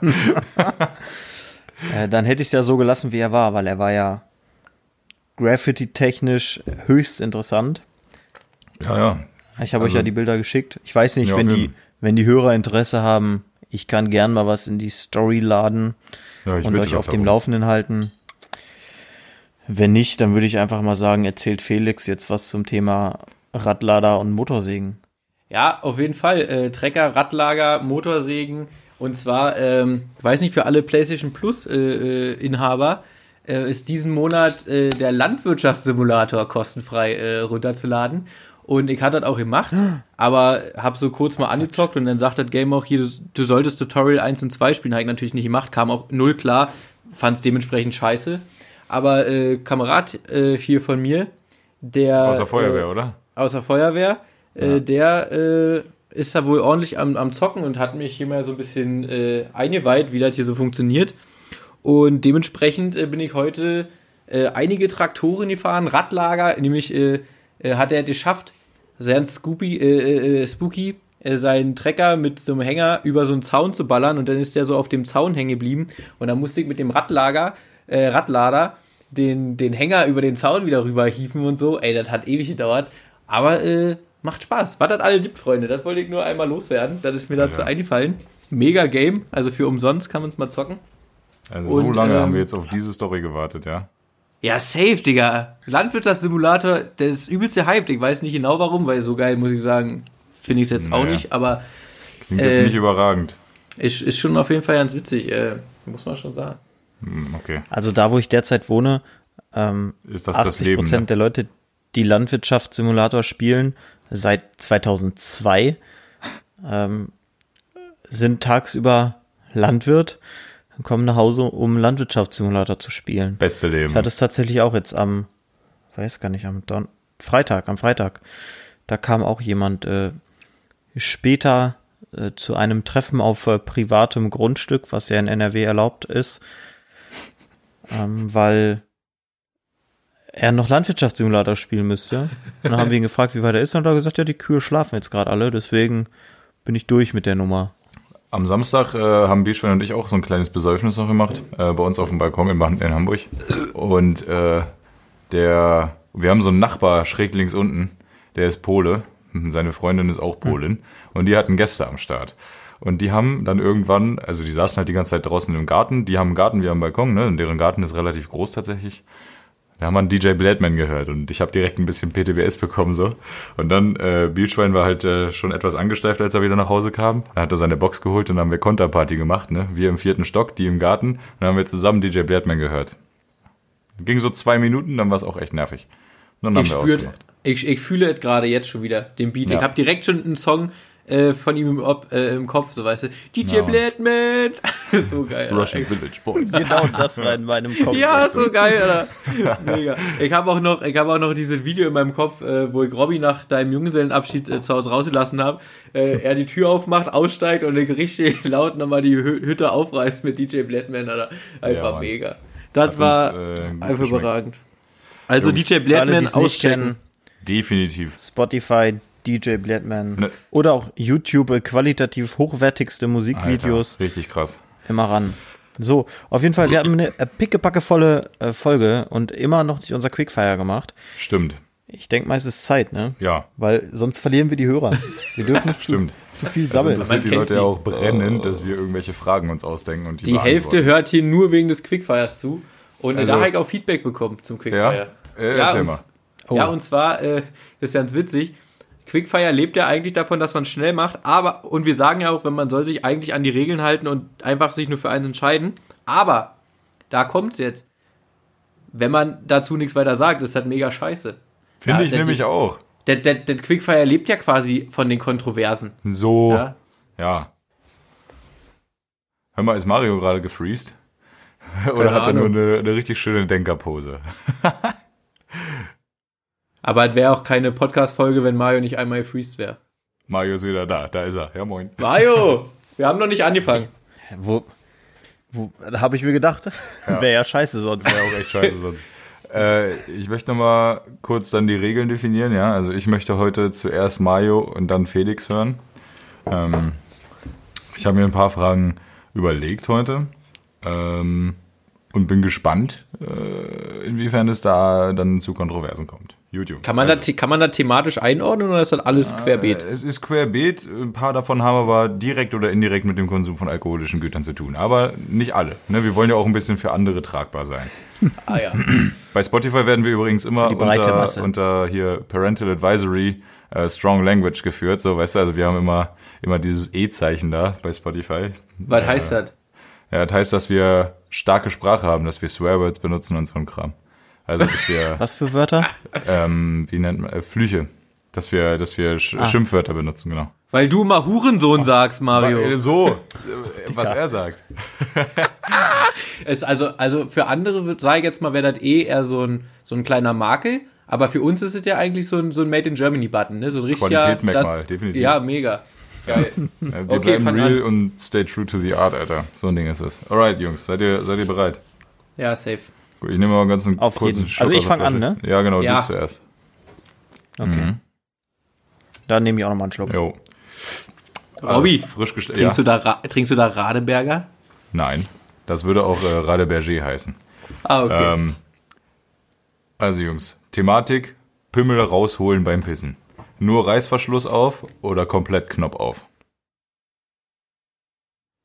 äh, dann hätte ich es ja so gelassen, wie er war, weil er war ja graffiti-technisch höchst interessant. Ja, ja. Ich habe euch Also- ja die Bilder geschickt. Ich weiß nicht, Ja, wenn auf die, jeden. wenn die Hörer Interesse haben, ich kann gern mal was in die Story laden Ja, ich und bitte euch auf darum. dem Laufenden halten. Wenn nicht, dann würde ich einfach mal sagen, erzählt Felix jetzt was zum Thema Radlader und Motorsägen. Ja, auf jeden Fall. Äh, Trecker, Radlager, Motorsägen. Und zwar, ähm, weiß nicht, für alle PlayStation Plus äh, äh, Inhaber äh, ist diesen Monat äh, der Landwirtschaftssimulator kostenfrei äh, runterzuladen. Und ich hatte das auch gemacht, aber habe so kurz mal angezockt und dann sagt das Game auch hier, du, du solltest Tutorial eins und zwei spielen. Habe ich natürlich nicht gemacht, kam auch null klar, fand es dementsprechend scheiße. Aber äh, Kamerad äh, hier von mir, der... Außer Feuerwehr, äh, oder? außer Feuerwehr, Ja. äh, der äh, ist da wohl ordentlich am, am Zocken und hat mich hier mal so ein bisschen äh, eingeweiht, wie das hier so funktioniert. Und dementsprechend äh, bin ich heute äh, einige Traktoren gefahren, Radlager, nämlich äh, äh, hat er geschafft, sehr Scoopy, äh, äh, spooky, äh, seinen Trecker mit so einem Hänger über so einen Zaun zu ballern und dann ist der so auf dem Zaun hängen geblieben und dann musste ich mit dem Radlager, äh, Radlader den, den Hänger über den Zaun wieder rüber hieven und so. Ey, das hat ewig gedauert. Aber äh, macht Spaß. Was das alle gibt, Freunde. Das wollte ich nur einmal loswerden. Das ist mir dazu Ja. eingefallen. Mega Game. Also für umsonst kann man es mal zocken. Also so Und, lange ähm, haben wir jetzt auf diese Story gewartet, ja? Ja, safe, Digga. Landwirtschaftssimulator, der ist übelste Hype. Ich weiß nicht genau warum, weil so geil, muss ich sagen, finde ich es jetzt naja. auch nicht, aber klingt jetzt äh, nicht überragend. Ist, ist schon auf jeden Fall ganz witzig, äh, muss man schon sagen. Okay. Also da, wo ich derzeit wohne, ähm, ist das achtzig Prozent das Leben, ne? der Leute, die Landwirtschaftssimulator spielen, seit zweitausendzwei, ähm, sind tagsüber Landwirt und kommen nach Hause, um Landwirtschaftssimulator zu spielen. Beste Leben. Ich hatte es tatsächlich auch jetzt am, weiß gar nicht, am Don- Freitag, am Freitag. Da kam auch jemand äh, später äh, zu einem Treffen auf äh, privatem Grundstück, was ja in N R W erlaubt ist, ähm, weil er noch Landwirtschaftssimulator spielen müsste. Und dann haben wir ihn gefragt, wie weit er ist, und er hat gesagt, ja, die Kühe schlafen jetzt gerade alle, deswegen bin ich durch mit der Nummer. Am Samstag äh, haben Bierschwein und ich auch so ein kleines Besäufnis noch gemacht, äh, bei uns auf dem Balkon in, in Hamburg. Und äh, der, wir haben so einen Nachbar schräg links unten, der ist Pole, seine Freundin ist auch Polin, und die hatten Gäste am Start. Und die haben dann irgendwann, also die saßen halt die ganze Zeit draußen im Garten, die haben einen Garten wie am Balkon, ne? Und deren Garten ist relativ groß tatsächlich. Da haben wir einen D J Bladman gehört und ich habe direkt ein bisschen P T B S bekommen so. Und dann, äh, Bierschwein war halt äh, schon etwas angesteift, als er wieder nach Hause kam. Dann hat er seine Box geholt und dann haben wir Konterparty gemacht, ne? Wir im vierten Stock, die im Garten. Und dann haben wir zusammen D J Bladman gehört. Ging so zwei Minuten, dann war es auch echt nervig. Und dann ich haben wir spürt, ausgemacht. Ich, ich fühle es gerade jetzt schon wieder, den Beat. Ja. Ich habe direkt schon einen Song äh, von ihm im, Ob, äh, im Kopf, so weißt du. D J Ja. Bladman! So geil. Russian Village Boys. Genau das war in meinem Kopf. Ja, so geil, Alter. Mega. Ich habe auch noch, ich habe auch noch dieses Video in meinem Kopf, äh, wo ich Robby nach deinem Junggesellenabschied äh, zu Hause rausgelassen habe. Äh, er die Tür aufmacht, aussteigt und ich richtig laut nochmal die Hü- Hütte aufreißt mit D J Bladman, Alter. Einfach Ja, mega. Das Hat war uns, äh, gut einfach geschmeckt. überragend. Also Jungs, D J Für alle, die Bladman es nicht auschecken. kennen, Definitiv. Spotify, D J Bladman Ne. oder auch YouTube, äh, qualitativ hochwertigste Musikvideos, Alter, richtig krass. immer ran. So, auf jeden Fall, wir haben eine äh, pickepackevolle äh, Folge und immer noch nicht unser Quickfire gemacht. Stimmt. Ich denke mal, es ist Zeit, ne? Ja. Weil sonst verlieren wir die Hörer. Wir dürfen nicht zu, Stimmt. zu viel Das sammeln. interessiert Man die kennt Leute sie. ja auch brennend, dass wir irgendwelche Fragen uns ausdenken und die Die Hälfte beantworten. hört hier nur wegen des Quickfires zu. Und Also- da habe ich auch Feedback bekommen zum Quickfire. Ja? Äh, erzähl und, mal. Oh. ja, und zwar, äh, das ist ganz witzig, Quickfire lebt ja eigentlich davon, dass man schnell macht, aber, und wir sagen ja auch, wenn man soll sich eigentlich an die Regeln halten und einfach sich nur für eins entscheiden, aber, da kommt's jetzt, wenn man dazu nichts weiter sagt, ist das mega scheiße. Finde Ja, ich der- nämlich die- auch. Der, der, der Quickfire lebt ja quasi von den Kontroversen. So, Ja? ja. Hör mal, ist Mario gerade gefreezed? Oder Keine hat er nur Ahnung. eine, eine richtig schöne Denkerpose? Aber es wäre auch keine Podcast-Folge, wenn Mario nicht einmal gefreezed wäre. Mario ist wieder da, da ist er. Ja, moin. Mario, wir haben noch nicht angefangen. Wo, wo, da habe ich mir gedacht, Ja. wäre ja scheiße sonst. Wäre auch echt scheiße sonst. Äh, ich möchte noch mal kurz dann die Regeln definieren, ja. Also ich möchte heute zuerst Mario und dann Felix hören. Ähm, ich habe mir ein paar Fragen überlegt heute ähm, und bin gespannt, äh, inwiefern es da dann zu Kontroversen kommt. YouTube. Kann man, also, da, the- kann man da thematisch einordnen oder ist das alles querbeet? Äh, es ist querbeet. Ein paar davon haben aber direkt oder indirekt mit dem Konsum von alkoholischen Gütern zu tun. Aber nicht alle. Ne? Wir wollen ja auch ein bisschen für andere tragbar sein. Ah ja. Bei Spotify werden wir übrigens immer Für die breite unter, Masse. unter hier Parental Advisory äh, Strong Language geführt. So, weißt du, also wir haben immer, immer dieses E-Zeichen da bei Spotify. Was Äh, heißt das? Ja, das heißt, dass wir starke Sprache haben, dass wir Swearwords benutzen und so ein Kram. Also, dass wir, Was für Wörter? ähm, wie nennt man, äh, Flüche. Dass wir, dass wir Sch Ah. Schimpfwörter benutzen, genau. Weil du mal Hurensohn sagst, Äh, Mario. So, äh, was er sagt. Es also, also für andere, sage ich jetzt mal, wäre das eh eher so ein, so ein kleiner Makel. Aber für uns ist es ja eigentlich so ein, so ein Made in Germany Button, ne? So ein richtiger. Qualitätsmerkmal, das- definitiv. Ja, mega. Geil. Äh, Wir Okay, bleiben fang real an. und stay true to the art, Alter. So ein Ding ist es. Alright, Jungs, seid ihr, seid ihr bereit? Ja, safe. Gut, ich nehme mal einen ganzen Auf kurzen jeden. Schluck Also ich aus der fang an, Flasche. ne? Ja, genau, Ja. du zuerst. Okay. Mhm. Dann nehme ich auch nochmal einen Schluck. Jo. Robby, Äh, frisch gestellt. trinkst, Ja. du da, Ra- trinkst du da Radeberger? Nein, das würde auch äh, Radeberger heißen. Ah, okay. Ähm, also Jungs, Thematik, Pimmel rausholen beim Pissen. Nur Reißverschluss auf oder komplett Knopf auf?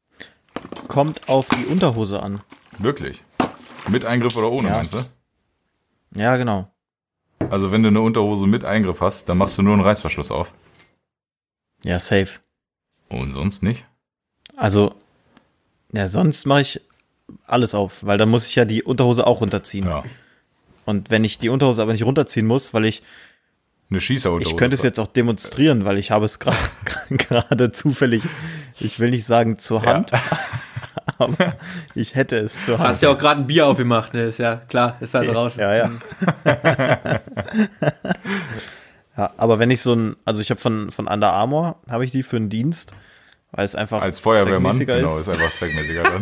Kommt auf die Unterhose an. Wirklich? Mit Eingriff oder ohne, Ja. meinst du? Ja, genau. Also wenn du eine Unterhose mit Eingriff hast, dann machst du nur einen Reißverschluss auf. Ja, safe. Und sonst nicht? Also, ja, sonst mache ich alles auf, weil dann muss ich ja die Unterhose auch runterziehen. Ja. Und wenn ich die Unterhose aber nicht runterziehen muss, weil ich, Eine Schießerunterhose. ich könnte es jetzt auch demonstrieren, weil ich habe es gra- gerade zufällig, ich will nicht sagen zur Hand, ja. aber ich hätte es zur Hand. Hast ja auch gerade ein Bier aufgemacht, ne? Ist ja klar, ist halt draußen. Ja, ja. Ja, aber wenn ich so ein, also ich habe von, von Under Armour, habe ich die für einen Dienst, weil es einfach Als Feuerwehrmann, zweckmäßiger genau, ist. ist einfach zweckmäßiger dann.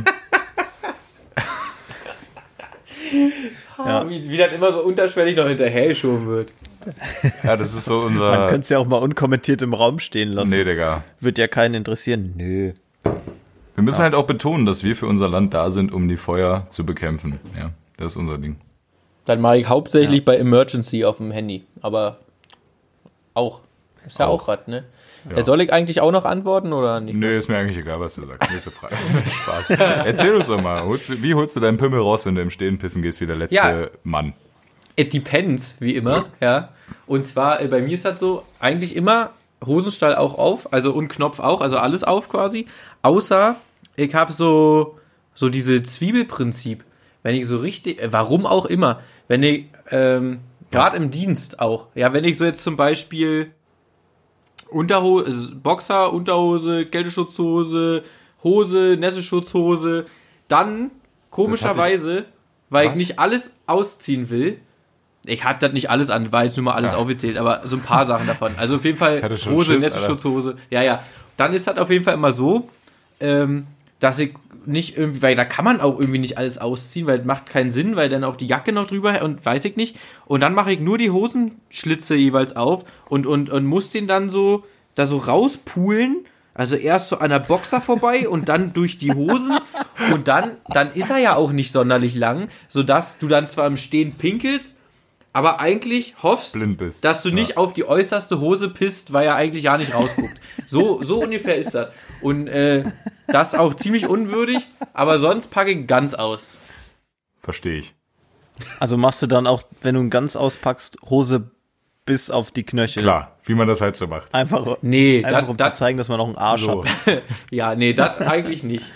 Ja. Wie, wie das immer so unterschwellig noch hinterher geschoben wird. Ja, das ist so unser... Man könnte es ja auch mal unkommentiert im Raum stehen lassen. Nee, Digga. Wird ja keinen interessieren. Nö. Wir müssen ja. halt auch betonen, dass wir für unser Land da sind, um die Feuer zu bekämpfen. Ja, das ist unser Ding. Dann mache ich hauptsächlich ja. bei Emergency auf dem Handy. Aber auch. Ist ja auch, auch was, ne? Ja. Soll ich eigentlich auch noch antworten oder nicht? Nö, ist mir eigentlich egal, was du sagst. Nächste Frage. Spaß. Erzähl uns doch mal. Holst du, wie holst du deinen Pimmel raus, wenn du im Stehen pissen gehst, wie der letzte ja. Mann? It depends, wie immer, ja. Und zwar, bei mir ist das so, eigentlich immer Hosenstall auch auf, also und Knopf auch, also alles auf quasi. Außer, ich habe so, so diese Zwiebelprinzip. Wenn ich so richtig, warum auch immer, wenn ich, ähm, gerade im Dienst auch, ja, wenn ich so jetzt zum Beispiel Unterhose, Boxer, Unterhose, Kälteschutzhose, Hose, Nässeschutzhose, dann komischerweise, weil Was? ich nicht alles ausziehen will, ich hatte das nicht alles an, war jetzt nur mal alles ja. aufgezählt, aber so ein paar Sachen davon. Also auf jeden Fall Hose, Schiss, Nässeschutzhose, Alter. ja, ja. Dann ist das auf jeden Fall immer so, ähm, dass ich nicht irgendwie, weil da kann man auch irgendwie nicht alles ausziehen, weil das macht keinen Sinn, weil dann auch die Jacke noch drüber und weiß ich nicht. Und dann mache ich nur die Hosenschlitze jeweils auf und, und, und muss den dann so, da so rauspulen. Also erst so an der Boxer vorbei und dann durch die Hosen und dann, dann ist er ja auch nicht sonderlich lang, sodass du dann zwar im Stehen pinkelst, aber eigentlich hoffst, blind bist. dass du nicht ja. auf die äußerste Hose pisst, weil er eigentlich ja nicht rausguckt. So, so ungefähr ist das. Und äh, das ist auch ziemlich unwürdig, aber sonst packe ich ganz aus. Verstehe ich. Also machst du dann auch, wenn du ganz auspackst, Hose bis auf die Knöchel? Klar, wie man das halt so macht. Einfach, nee, einfach dat, um dat, zu zeigen, dass man noch einen Arsch so. hat. Ja, nee, das eigentlich nicht.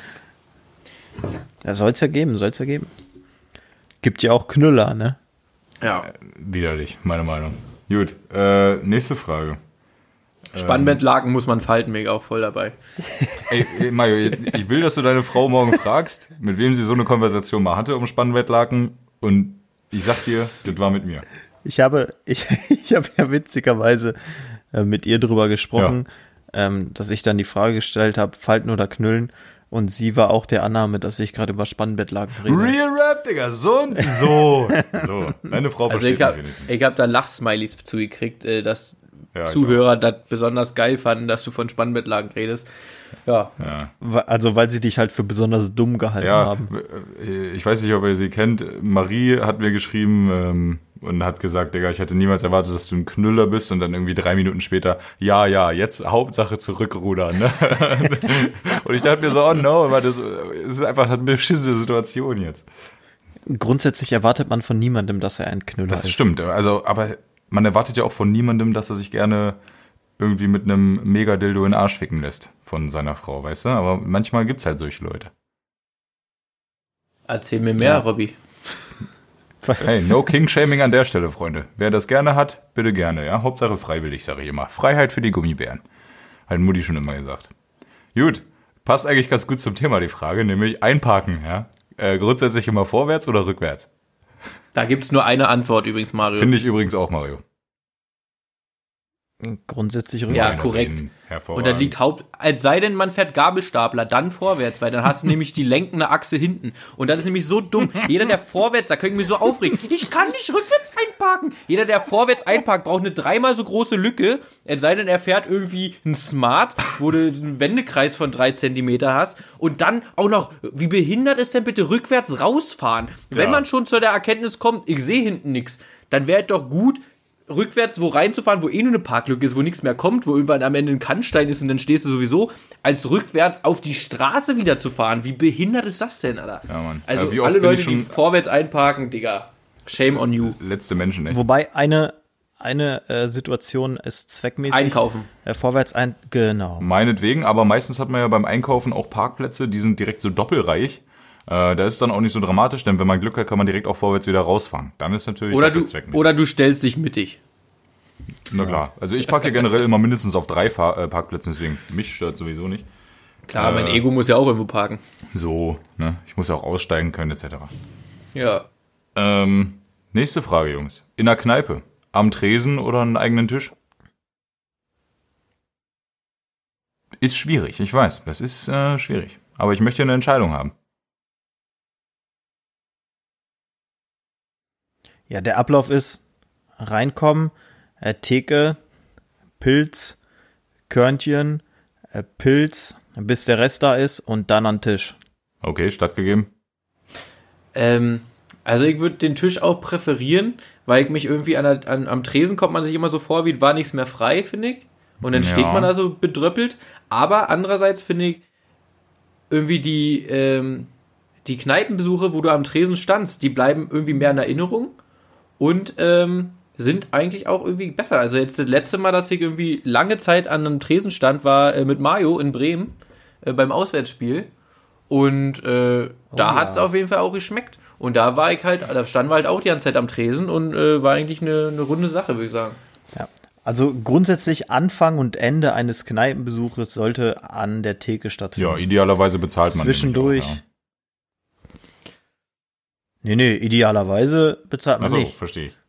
Ja, soll's ja geben, soll's ja geben. Gibt ja auch Knüller, ne? Ja. Äh, widerlich, meine Meinung. Gut, äh, nächste Frage. Spannbettlaken muss man falten, bin ich auch voll dabei. Ey, ey Mario, ich will, dass du deine Frau morgen fragst, mit wem sie so eine Konversation mal hatte um Spannbettlaken, und ich sag dir, das war mit mir. Ich habe, ich, ich habe ja witzigerweise äh, mit ihr drüber gesprochen, ja. ähm, dass ich dann die Frage gestellt habe, falten oder knüllen, und sie war auch der Annahme, dass ich gerade über Spannbettlaken rede. Real Rap, Digga, so und so. So, meine Frau also versteht ich hab, mich wenigstens. Ich habe da Lachsmileys zugekriegt, äh, dass ja, Zuhörer das besonders geil fanden, dass du von Spannbettlaken redest. Ja. ja. Also weil sie dich halt für besonders dumm gehalten ja, haben. Ich weiß nicht, ob ihr sie kennt. Marie hat mir geschrieben ähm, und hat gesagt, Digga, ich hätte niemals erwartet, dass du ein Knüller bist, und dann irgendwie drei Minuten später, ja, ja, jetzt Hauptsache zurückrudern. Ne? Und ich dachte mir so, oh no, weil das ist einfach eine beschissene Situation jetzt. Grundsätzlich erwartet man von niemandem, dass er ein Knüller das ist. Das stimmt, also aber man erwartet ja auch von niemandem, dass er sich gerne irgendwie mit einem Mega-Dildo in den Arsch ficken lässt von seiner Frau, weißt du? Aber manchmal gibt's halt solche Leute. Erzähl mir mehr, Ja. Robby. Hey, no King-Shaming an der Stelle, Freunde. Wer das gerne hat, bitte gerne, ja? Hauptsache freiwillig, sage ich immer. Freiheit für die Gummibären. Hat Mutti schon immer gesagt. Gut, passt eigentlich ganz gut zum Thema die Frage, nämlich einparken, ja? Äh, grundsätzlich immer vorwärts oder rückwärts? Da gibt's nur eine Antwort übrigens, Mario. Finde ich übrigens auch, Mario. Grundsätzlich Ja, rückwärts. korrekt. Hervorragend. Und dann liegt Haupt, als sei denn, man fährt Gabelstapler, dann vorwärts, weil dann hast du nämlich die lenkende Achse hinten. Und das ist nämlich so dumm. Jeder, der vorwärts, da können wir so aufregen. Ich kann nicht rückwärts einparken. Jeder, der vorwärts einparkt, braucht eine dreimal so große Lücke. Es sei denn, er fährt irgendwie ein Smart, wo du einen Wendekreis von drei Zentimeter hast. Und dann auch noch, wie behindert ist denn bitte rückwärts rausfahren? Wenn Ja. man schon zu der Erkenntnis kommt, ich sehe hinten nichts, dann wäre es doch gut, rückwärts wo reinzufahren, wo eh nur eine Parklücke ist, wo nichts mehr kommt, wo irgendwann am Ende ein Kannstein ist und dann stehst du sowieso, als rückwärts auf die Straße wieder zu fahren. Wie behindert ist das denn, Alter? Ja, Mann. Also Ja, wie oft alle bin Leute, ich schon- die vorwärts einparken, Digga, Shame on you. Letzte Menschen, echt. Wobei eine, eine äh, Situation ist zweckmäßig. Einkaufen. Äh, vorwärts ein, genau. Meinetwegen, aber meistens hat man ja beim Einkaufen auch Parkplätze, die sind direkt so doppelreich. Äh, da ist dann auch nicht so dramatisch, denn wenn man Glück hat, kann man direkt auch vorwärts wieder rausfahren. Dann ist natürlich Oder du, zweckmäßig. oder du stellst dich mittig. Na klar. Also ich parke ja generell immer mindestens auf drei Fahr- äh, Parkplätzen, deswegen mich stört sowieso nicht. Klar, mein Äh, Ego muss ja auch irgendwo parken. So, ne? Ich muss ja auch aussteigen können, et cetera. Ja. Ähm, nächste Frage, Jungs. In der Kneipe, am Tresen oder einen eigenen Tisch? Ist schwierig, ich weiß. Das ist äh, schwierig. Aber ich möchte eine Entscheidung haben. Ja, der Ablauf ist reinkommen, äh, Theke, Pilz, Körnchen, äh, Pilz, bis der Rest da ist und dann an den Tisch. Okay, stattgegeben. Ähm, also ich würde den Tisch auch präferieren, weil ich mich irgendwie an, der, an am Tresen kommt man sich immer so vor, wie war nichts mehr frei, finde ich. Und dann Ja. steht man da so bedröppelt. Aber andererseits finde ich irgendwie die, ähm, die Kneipenbesuche, wo du am Tresen standst, die bleiben irgendwie mehr in Erinnerung und ähm, sind eigentlich auch irgendwie besser. Also jetzt das letzte Mal, dass ich irgendwie lange Zeit an einem Tresen stand, war äh, mit Mario in Bremen äh, beim Auswärtsspiel. Und äh, Oh da ja. hat es auf jeden Fall auch geschmeckt. Und da war ich halt, da standen wir halt auch die ganze Zeit am Tresen und äh, war eigentlich eine, eine runde Sache, würde ich sagen. Ja. Also grundsätzlich Anfang und Ende eines Kneipenbesuches sollte an der Theke stattfinden. Ja, idealerweise bezahlt man Zwischendurch. nämlich auch, Nee, nee, idealerweise bezahlt ja. man Achso, nicht. verstehe ich.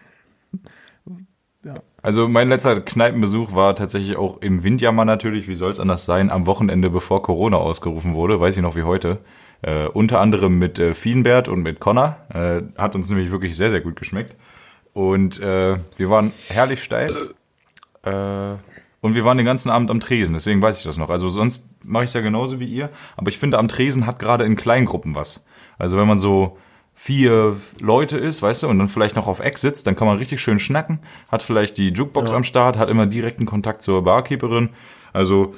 Ja. Also mein letzter Kneipenbesuch war tatsächlich auch im Windjammer natürlich, wie soll es anders sein, am Wochenende, bevor Corona ausgerufen wurde, weiß ich noch wie heute. Äh, unter anderem mit äh, Fienbert und mit Connor. Äh, hat uns nämlich wirklich sehr, sehr gut geschmeckt. Und äh, wir waren herrlich steif. Äh, und wir waren den ganzen Abend am Tresen, deswegen weiß ich das noch. Also sonst mache ich es ja genauso wie ihr. Aber ich finde, am Tresen hat gerade in Kleingruppen was. Also wenn man so vier Leute ist, weißt du, und dann vielleicht noch auf Eck sitzt, dann kann man richtig schön schnacken, hat vielleicht die Jukebox Ja. am Start, hat immer direkten Kontakt zur Barkeeperin. Also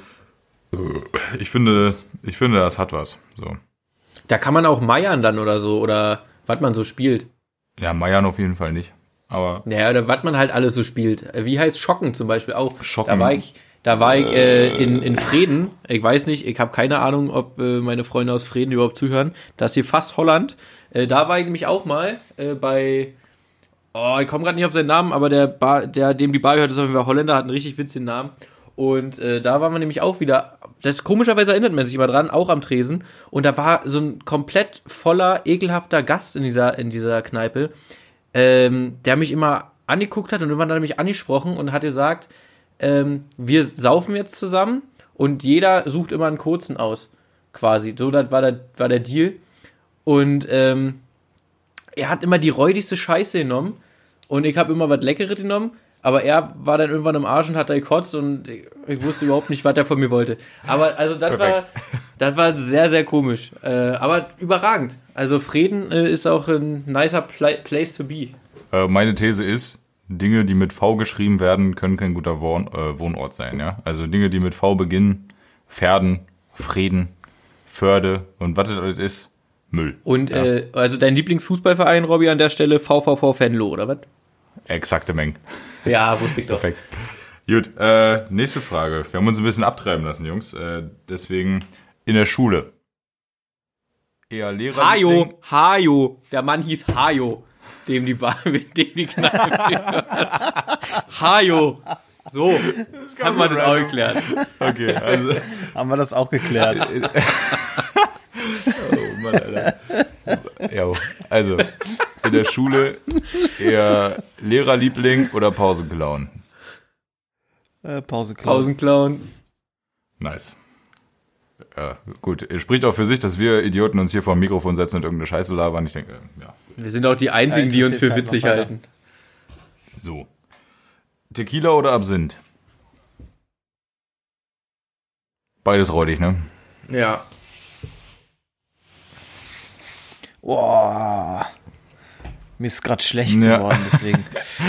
ich finde, ich finde, das hat was. So. Da kann man auch meiern dann oder so, oder was man so spielt. Ja, Meiern auf jeden Fall nicht. Aber Naja, oder was man halt alles so spielt. Äh, Wie heißt Schocken zum Beispiel auch? Schocken. Da war ich, da war ich äh, in, in Vreden. Ich weiß nicht, ich habe keine Ahnung, ob äh, meine Freunde aus Vreden überhaupt zuhören. Das ist hier fast Holland. Äh, da war ich nämlich auch mal äh, bei, oh, ich komme gerade nicht auf seinen Namen, aber der, Bar, der dem die Bar gehört, ist auf jeden Fall Holländer, hat einen richtig witzigen Namen. Und äh, da waren wir nämlich auch wieder, das komischerweise erinnert man sich immer dran, auch am Tresen. Und da war so ein komplett voller, ekelhafter Gast in dieser, in dieser Kneipe, ähm, der mich immer angeguckt hat und irgendwann hat er mich angesprochen und hat gesagt, ähm, wir saufen jetzt zusammen und jeder sucht immer einen kurzen aus, quasi. So, das war der, war der Deal. Und ähm, er hat immer die räudigste Scheiße genommen und ich habe immer was Leckeres genommen, aber er war dann irgendwann im Arsch und hat da gekotzt und ich, ich wusste überhaupt nicht, was er von mir wollte. Aber also das war, das war sehr, sehr komisch. Äh, aber überragend. Also Vreden äh, ist auch ein nicer Pla- place to be. äh, meine These ist, Dinge, die mit V geschrieben werden, können kein guter Wohn- äh, Wohnort sein. Ja? Also Dinge, die mit V beginnen, Pferden, Frieden, Förde und was das alles ist, Müll. Und Ja. äh, also dein Lieblingsfußballverein, Robby, an der Stelle V V V Venlo, oder was? Exakte Mengen. Ja, wusste ich doch. Perfekt. Gut, äh, nächste Frage. Wir haben uns ein bisschen abtreiben lassen, Jungs. Äh, deswegen in der Schule. Eher Lehrer. Hajo, Hajo. Der Mann hieß Hajo, dem die Bar, dem die Kneipe gehört. Hajo. So, haben wir das auch geklärt. Okay, also. Haben wir das auch geklärt. Oh Mann, Alter. Ja, also, in der Schule eher Lehrerliebling oder Pausenclown? äh, Pause klar. Pausenclown. Nice. Ja, gut. Es spricht auch für sich, dass wir Idioten uns hier vor dem Mikrofon setzen und irgendeine Scheiße labern. Ich denke, ja, Wir sind auch die Einzigen, Ja, die uns für interessiert witzig keinen noch halten. so. Tequila oder Absinth? Beides räudig, ne? Ja. Boah. Mir ist gerade schlecht Ja. geworden, deswegen.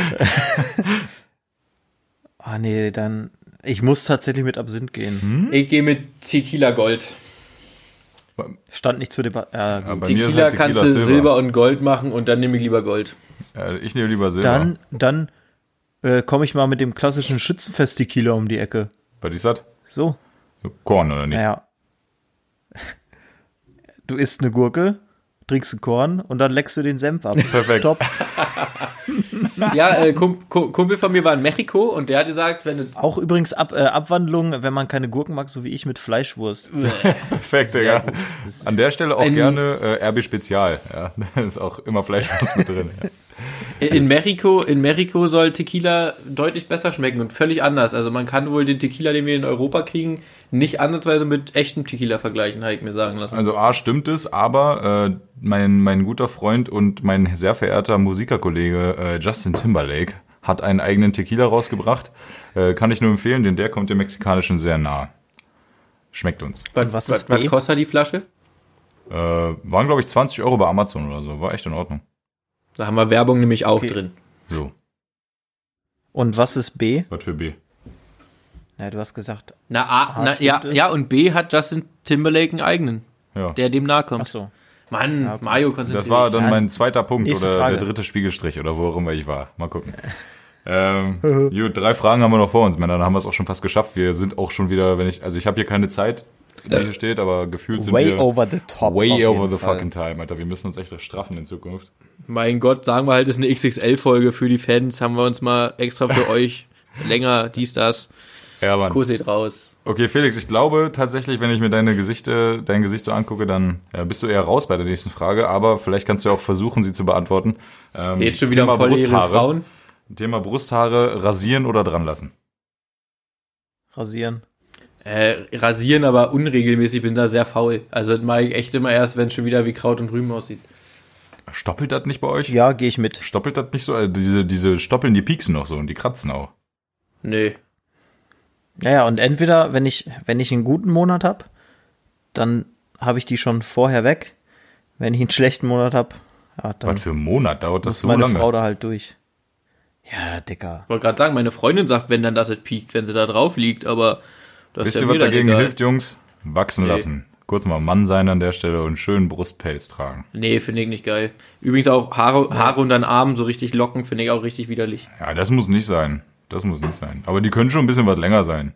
Ah, nee, dann. Ich muss tatsächlich mit Absinth gehen. Ich gehe mit Tequila Gold. Stand nicht zur Debatte. Äh, Ja, bei mir ist Tequila halt kannst du Silber. Silber und Gold machen und dann nehme ich lieber Gold. Äh, ich nehme lieber Silber. dann dann äh, komme ich mal mit dem klassischen Schützenfest-Tequila um die Ecke. Was ist das? So, Korn, oder nicht? naja. Du isst eine Gurke, trinkst ein Korn und dann leckst du den Senf ab. Perfekt. Top. Ja, äh, Kump Kump- Kumpel von mir war in Mexiko und der hat gesagt, wenn du Auch übrigens Ab, äh, Abwandlung, wenn man keine Gurken mag, so wie ich, mit Fleischwurst. Perfekt, Digga. An der Stelle auch Ein- gerne äh, R B Spezial. Ja, da ist auch immer Fleischwurst mit drin. Ja. in Mexiko, in Mexiko soll Tequila deutlich besser schmecken und völlig anders. Also man kann wohl den Tequila, den wir in Europa kriegen, nicht ansatzweise mit echtem Tequila vergleichen, habe ich mir sagen lassen. Also A, stimmt es, aber äh, mein, mein guter Freund und mein sehr verehrter Musikerkollege äh, Justin Timberlake hat einen eigenen Tequila rausgebracht. Äh, kann ich nur empfehlen, denn der kommt dem Mexikanischen sehr nah. Schmeckt uns. was, was was, ist was B? kostet die Flasche? Äh, waren, glaube ich, zwanzig Euro bei Amazon oder so. War echt in Ordnung. Da haben wir Werbung nämlich auch Okay. drin. So, Und was ist B? was für B? Na, du hast gesagt. Na, A, Ah, na stimmt ja, es? ja, und B hat Justin Timberlake einen eigenen, Ja. der dem nahe kommt. Ach so. Mann, Ja, okay. Mario konzentriert Das war dich. dann Ja, mein zweiter Punkt nächste oder Frage. der dritte Spiegelstrich oder wo auch immer ich war. Mal gucken. ähm, gut, drei Fragen haben wir noch vor uns, Männer. Dann haben wir es auch schon fast geschafft. Wir sind auch schon wieder, wenn ich, also ich habe hier keine Zeit, die hier steht, aber gefühlt sind Way wir over the top. auf way jeden over the Fall. fucking time, Alter. Wir müssen uns echt straffen in Zukunft. Mein Gott, sagen wir halt, das ist eine X X L-Folge für die Fans. Haben wir uns mal extra für euch länger, dies, das. Ja, Mann. Kurs geht raus. Okay, Felix, ich glaube tatsächlich, wenn ich mir deine Gesichter, dein Gesicht so angucke, dann ja, bist du eher raus bei der nächsten Frage, aber vielleicht kannst du ja auch versuchen, sie zu beantworten. Ähm, Jetzt schon wieder Thema um volljährige Brusthaare. Frauen. Thema Brusthaare, rasieren oder dran lassen? Rasieren. Äh, rasieren, aber unregelmäßig, bin da sehr faul. Also das mache ich echt immer erst, wenn es schon wieder wie Kraut und Rüben aussieht. Stoppelt das nicht bei euch? Ja, gehe ich mit. Stoppelt das nicht so? Also diese, diese Stoppeln, die pieksen noch so und die kratzen auch. Nö. Naja, und entweder, wenn ich, wenn ich einen guten Monat habe, dann habe ich die schon vorher weg. Wenn ich einen schlechten Monat habe, ja, dann Was für einen Monat dauert das muss so meine lange? Frau da halt durch. Ja, Dicker. Ich wollte gerade sagen, meine Freundin sagt, wenn dann, dass es piekt, wenn sie da drauf liegt, aber das Wisst ist ihr, ja was mir dann dagegen egal. hilft, Jungs? Wachsen Nee. lassen. Kurz mal Mann sein an der Stelle und schön Brustpelz tragen. Nee, finde ich nicht geil. Übrigens auch Haare, Haare unter den Armen, so richtig locken, finde ich auch richtig widerlich. Ja, das muss nicht sein. Das muss nicht sein. Aber die können schon ein bisschen was länger sein.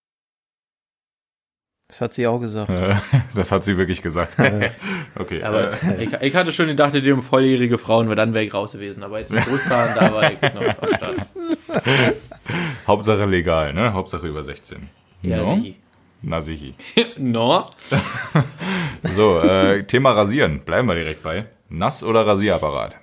Das hat sie auch gesagt. Äh, Das hat sie wirklich gesagt. Okay. Aber äh, ich, ich hatte schon gedacht, die um volljährige Frauen, weil dann wäre ich raus gewesen. Aber jetzt mit Brusthaaren, da war ich noch am Start. Hauptsache legal, ne? Hauptsache über sechzehn. Ja, no? sichi. Na sichi. No? So, äh, Thema Rasieren. Bleiben wir direkt bei. Nass oder Rasierapparat?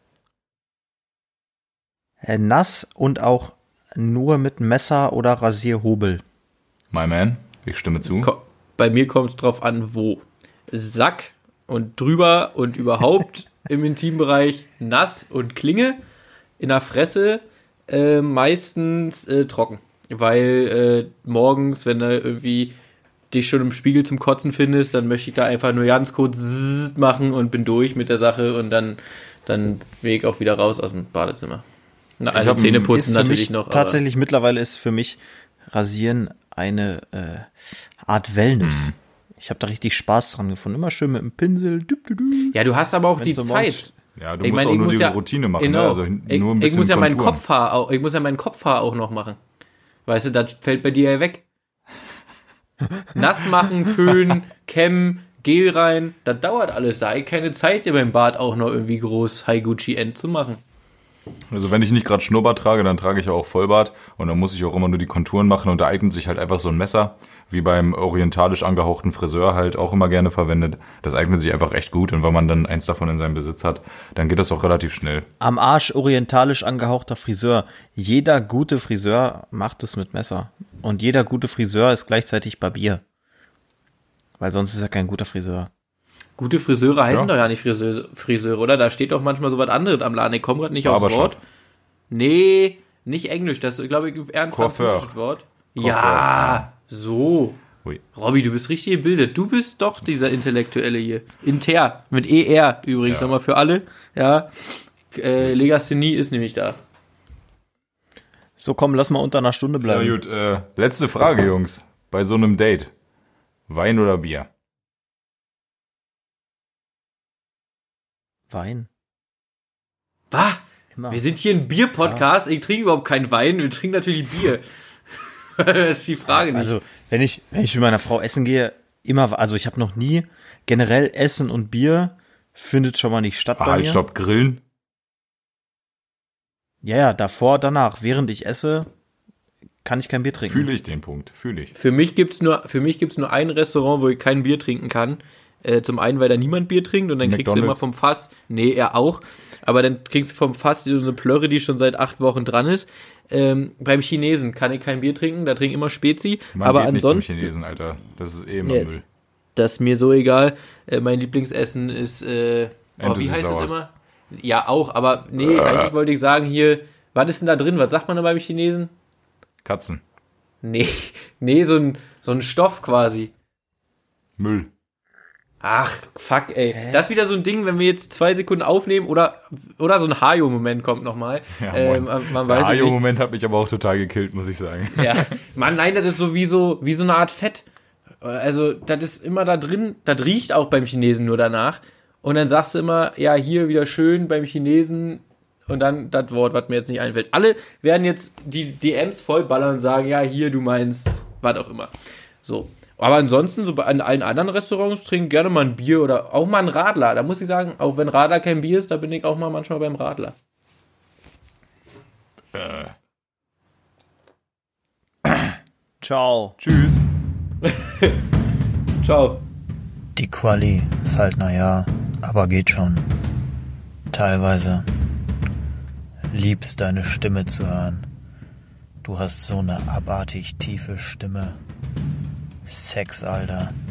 Äh, nass und auch nur mit Messer oder Rasierhobel. My man, ich stimme zu. Ko- Bei mir kommt es drauf an, wo. Sack und drüber und überhaupt im Intimbereich nass und Klinge. In der Fresse äh, meistens äh, trocken. Weil äh, morgens, wenn du irgendwie dich schon im Spiegel zum Kotzen findest, dann möchte ich da einfach nur ganz kurz zzzzt machen und bin durch mit der Sache und dann, dann bin ich auch wieder raus aus dem Badezimmer. Na, also hab ein- Zähne Ist putzen für natürlich mich noch. aber- tatsächlich mittlerweile ist für mich Rasieren eine äh, Art Wellness. Hm. Ich habe da richtig Spaß dran gefunden. Immer schön mit dem Pinsel. Düp, düp, düp. Ja, du hast aber auch Wenn's die so Zeit. morgens- Ja, du Ich musst meine, auch ich nur muss die ja- Routine machen, Genau. ne? Also ich, nur ein ich bisschen muss ja meinen Konturen. Kopfhaar auch, ich muss ja meinen Kopfhaar auch noch machen. Weißt du, das fällt bei dir ja weg. Nass machen, föhnen, kämmen, Gel rein, das dauert alles. Da hab ich keine Zeit, dir beim Bart auch noch irgendwie groß High Gucci End zu machen. Also wenn ich nicht gerade Schnurrbart trage, dann trage ich auch Vollbart und dann muss ich auch immer nur die Konturen machen und da eignet sich halt einfach so ein Messer, wie beim orientalisch angehauchten Friseur halt auch immer gerne verwendet. Das eignet sich einfach echt gut und wenn man dann eins davon in seinem Besitz hat, dann geht das auch relativ schnell. Am Arsch orientalisch angehauchter Friseur. Jeder gute Friseur macht es mit Messer. Und jeder gute Friseur ist gleichzeitig Barbier. Weil sonst ist er kein guter Friseur. Gute Friseure heißen Ja. doch ja nicht Friseure, Friseure, oder? Da steht doch manchmal so was anderes am Laden. Ich komme gerade nicht aufs Barbershop. Wort. Nee, nicht Englisch. Das ist, glaube ich, eher ein Coiffeur. französisches Wort. Ja, so. Ui. Robby, du bist richtig gebildet. Du bist doch dieser Intellektuelle hier. Inter, mit E R übrigens Ja. nochmal für alle. Ja, äh, Legasthenie ist nämlich da. So, komm, lass mal unter einer Stunde Ja bleiben. gut, äh, letzte Frage, Jungs. Bei so einem Date. Wein oder Bier? Wein. Was? Immer. Wir sind hier ein Bier-Podcast. Ich trinke überhaupt keinen Wein. Wir trinken natürlich Bier. Das ist die Frage nicht. Also, wenn ich, wenn ich mit meiner Frau essen gehe, immer, also ich habe noch nie generell Essen und Bier findet schon mal nicht statt Ah, bei halt, mir. stopp, grillen. Ja, ja, davor, danach, während ich esse, kann ich kein Bier trinken. Fühle ich den Punkt, fühle ich. Für mich gibt's nur, für mich gibt's nur ein Restaurant, wo ich kein Bier trinken kann. Äh, zum einen, weil da niemand Bier trinkt und dann kriegst du immer McDonald's. vom Fass, nee, er auch, aber dann kriegst du vom Fass so eine Plörre, die schon seit acht Wochen dran ist. Ähm, beim Chinesen kann ich kein Bier trinken, da trinke ich immer Spezi, Man aber geht nicht ansonsten, zum Chinesen, Alter. Das ist eh immer Ja. Müll. das ist mir so egal. Äh, mein Lieblingsessen ist, äh, oh, Ente wie heißt das süß-sauer. immer? Ja, auch, aber nee, eigentlich wollte ich sagen hier, was ist denn da drin? Was sagt man da beim Chinesen? Katzen. Nee, nee, so ein, so ein Stoff quasi. Müll. Ach, fuck, ey. Das ist wieder so ein Ding, wenn wir jetzt zwei Sekunden aufnehmen oder, oder so ein Hajo-Moment kommt nochmal. Ja, ähm, moin. man Der weiß es nicht. Hajo-Moment hat mich aber auch total gekillt, muss ich sagen. Ja. Mann, nein, das ist so wie so, wie so eine Art Fett. Also, das ist immer da drin, das riecht auch beim Chinesen nur danach. Und dann sagst du immer, ja, hier wieder schön beim Chinesen und dann das Wort, was mir jetzt nicht einfällt. Alle werden jetzt die D Ms vollballern und sagen, ja, hier, du meinst, was auch immer. So. Aber ansonsten, so bei an allen anderen Restaurants trinken gerne mal ein Bier oder auch mal ein Radler. Da muss ich sagen, auch wenn Radler kein Bier ist, da bin ich auch mal manchmal beim Radler. Ciao. Tschüss. Ciao. Die Quali ist halt naja, aber geht schon. Teilweise. Liebst deine Stimme zu hören. Du hast so eine abartig tiefe Stimme. Sex, Alter.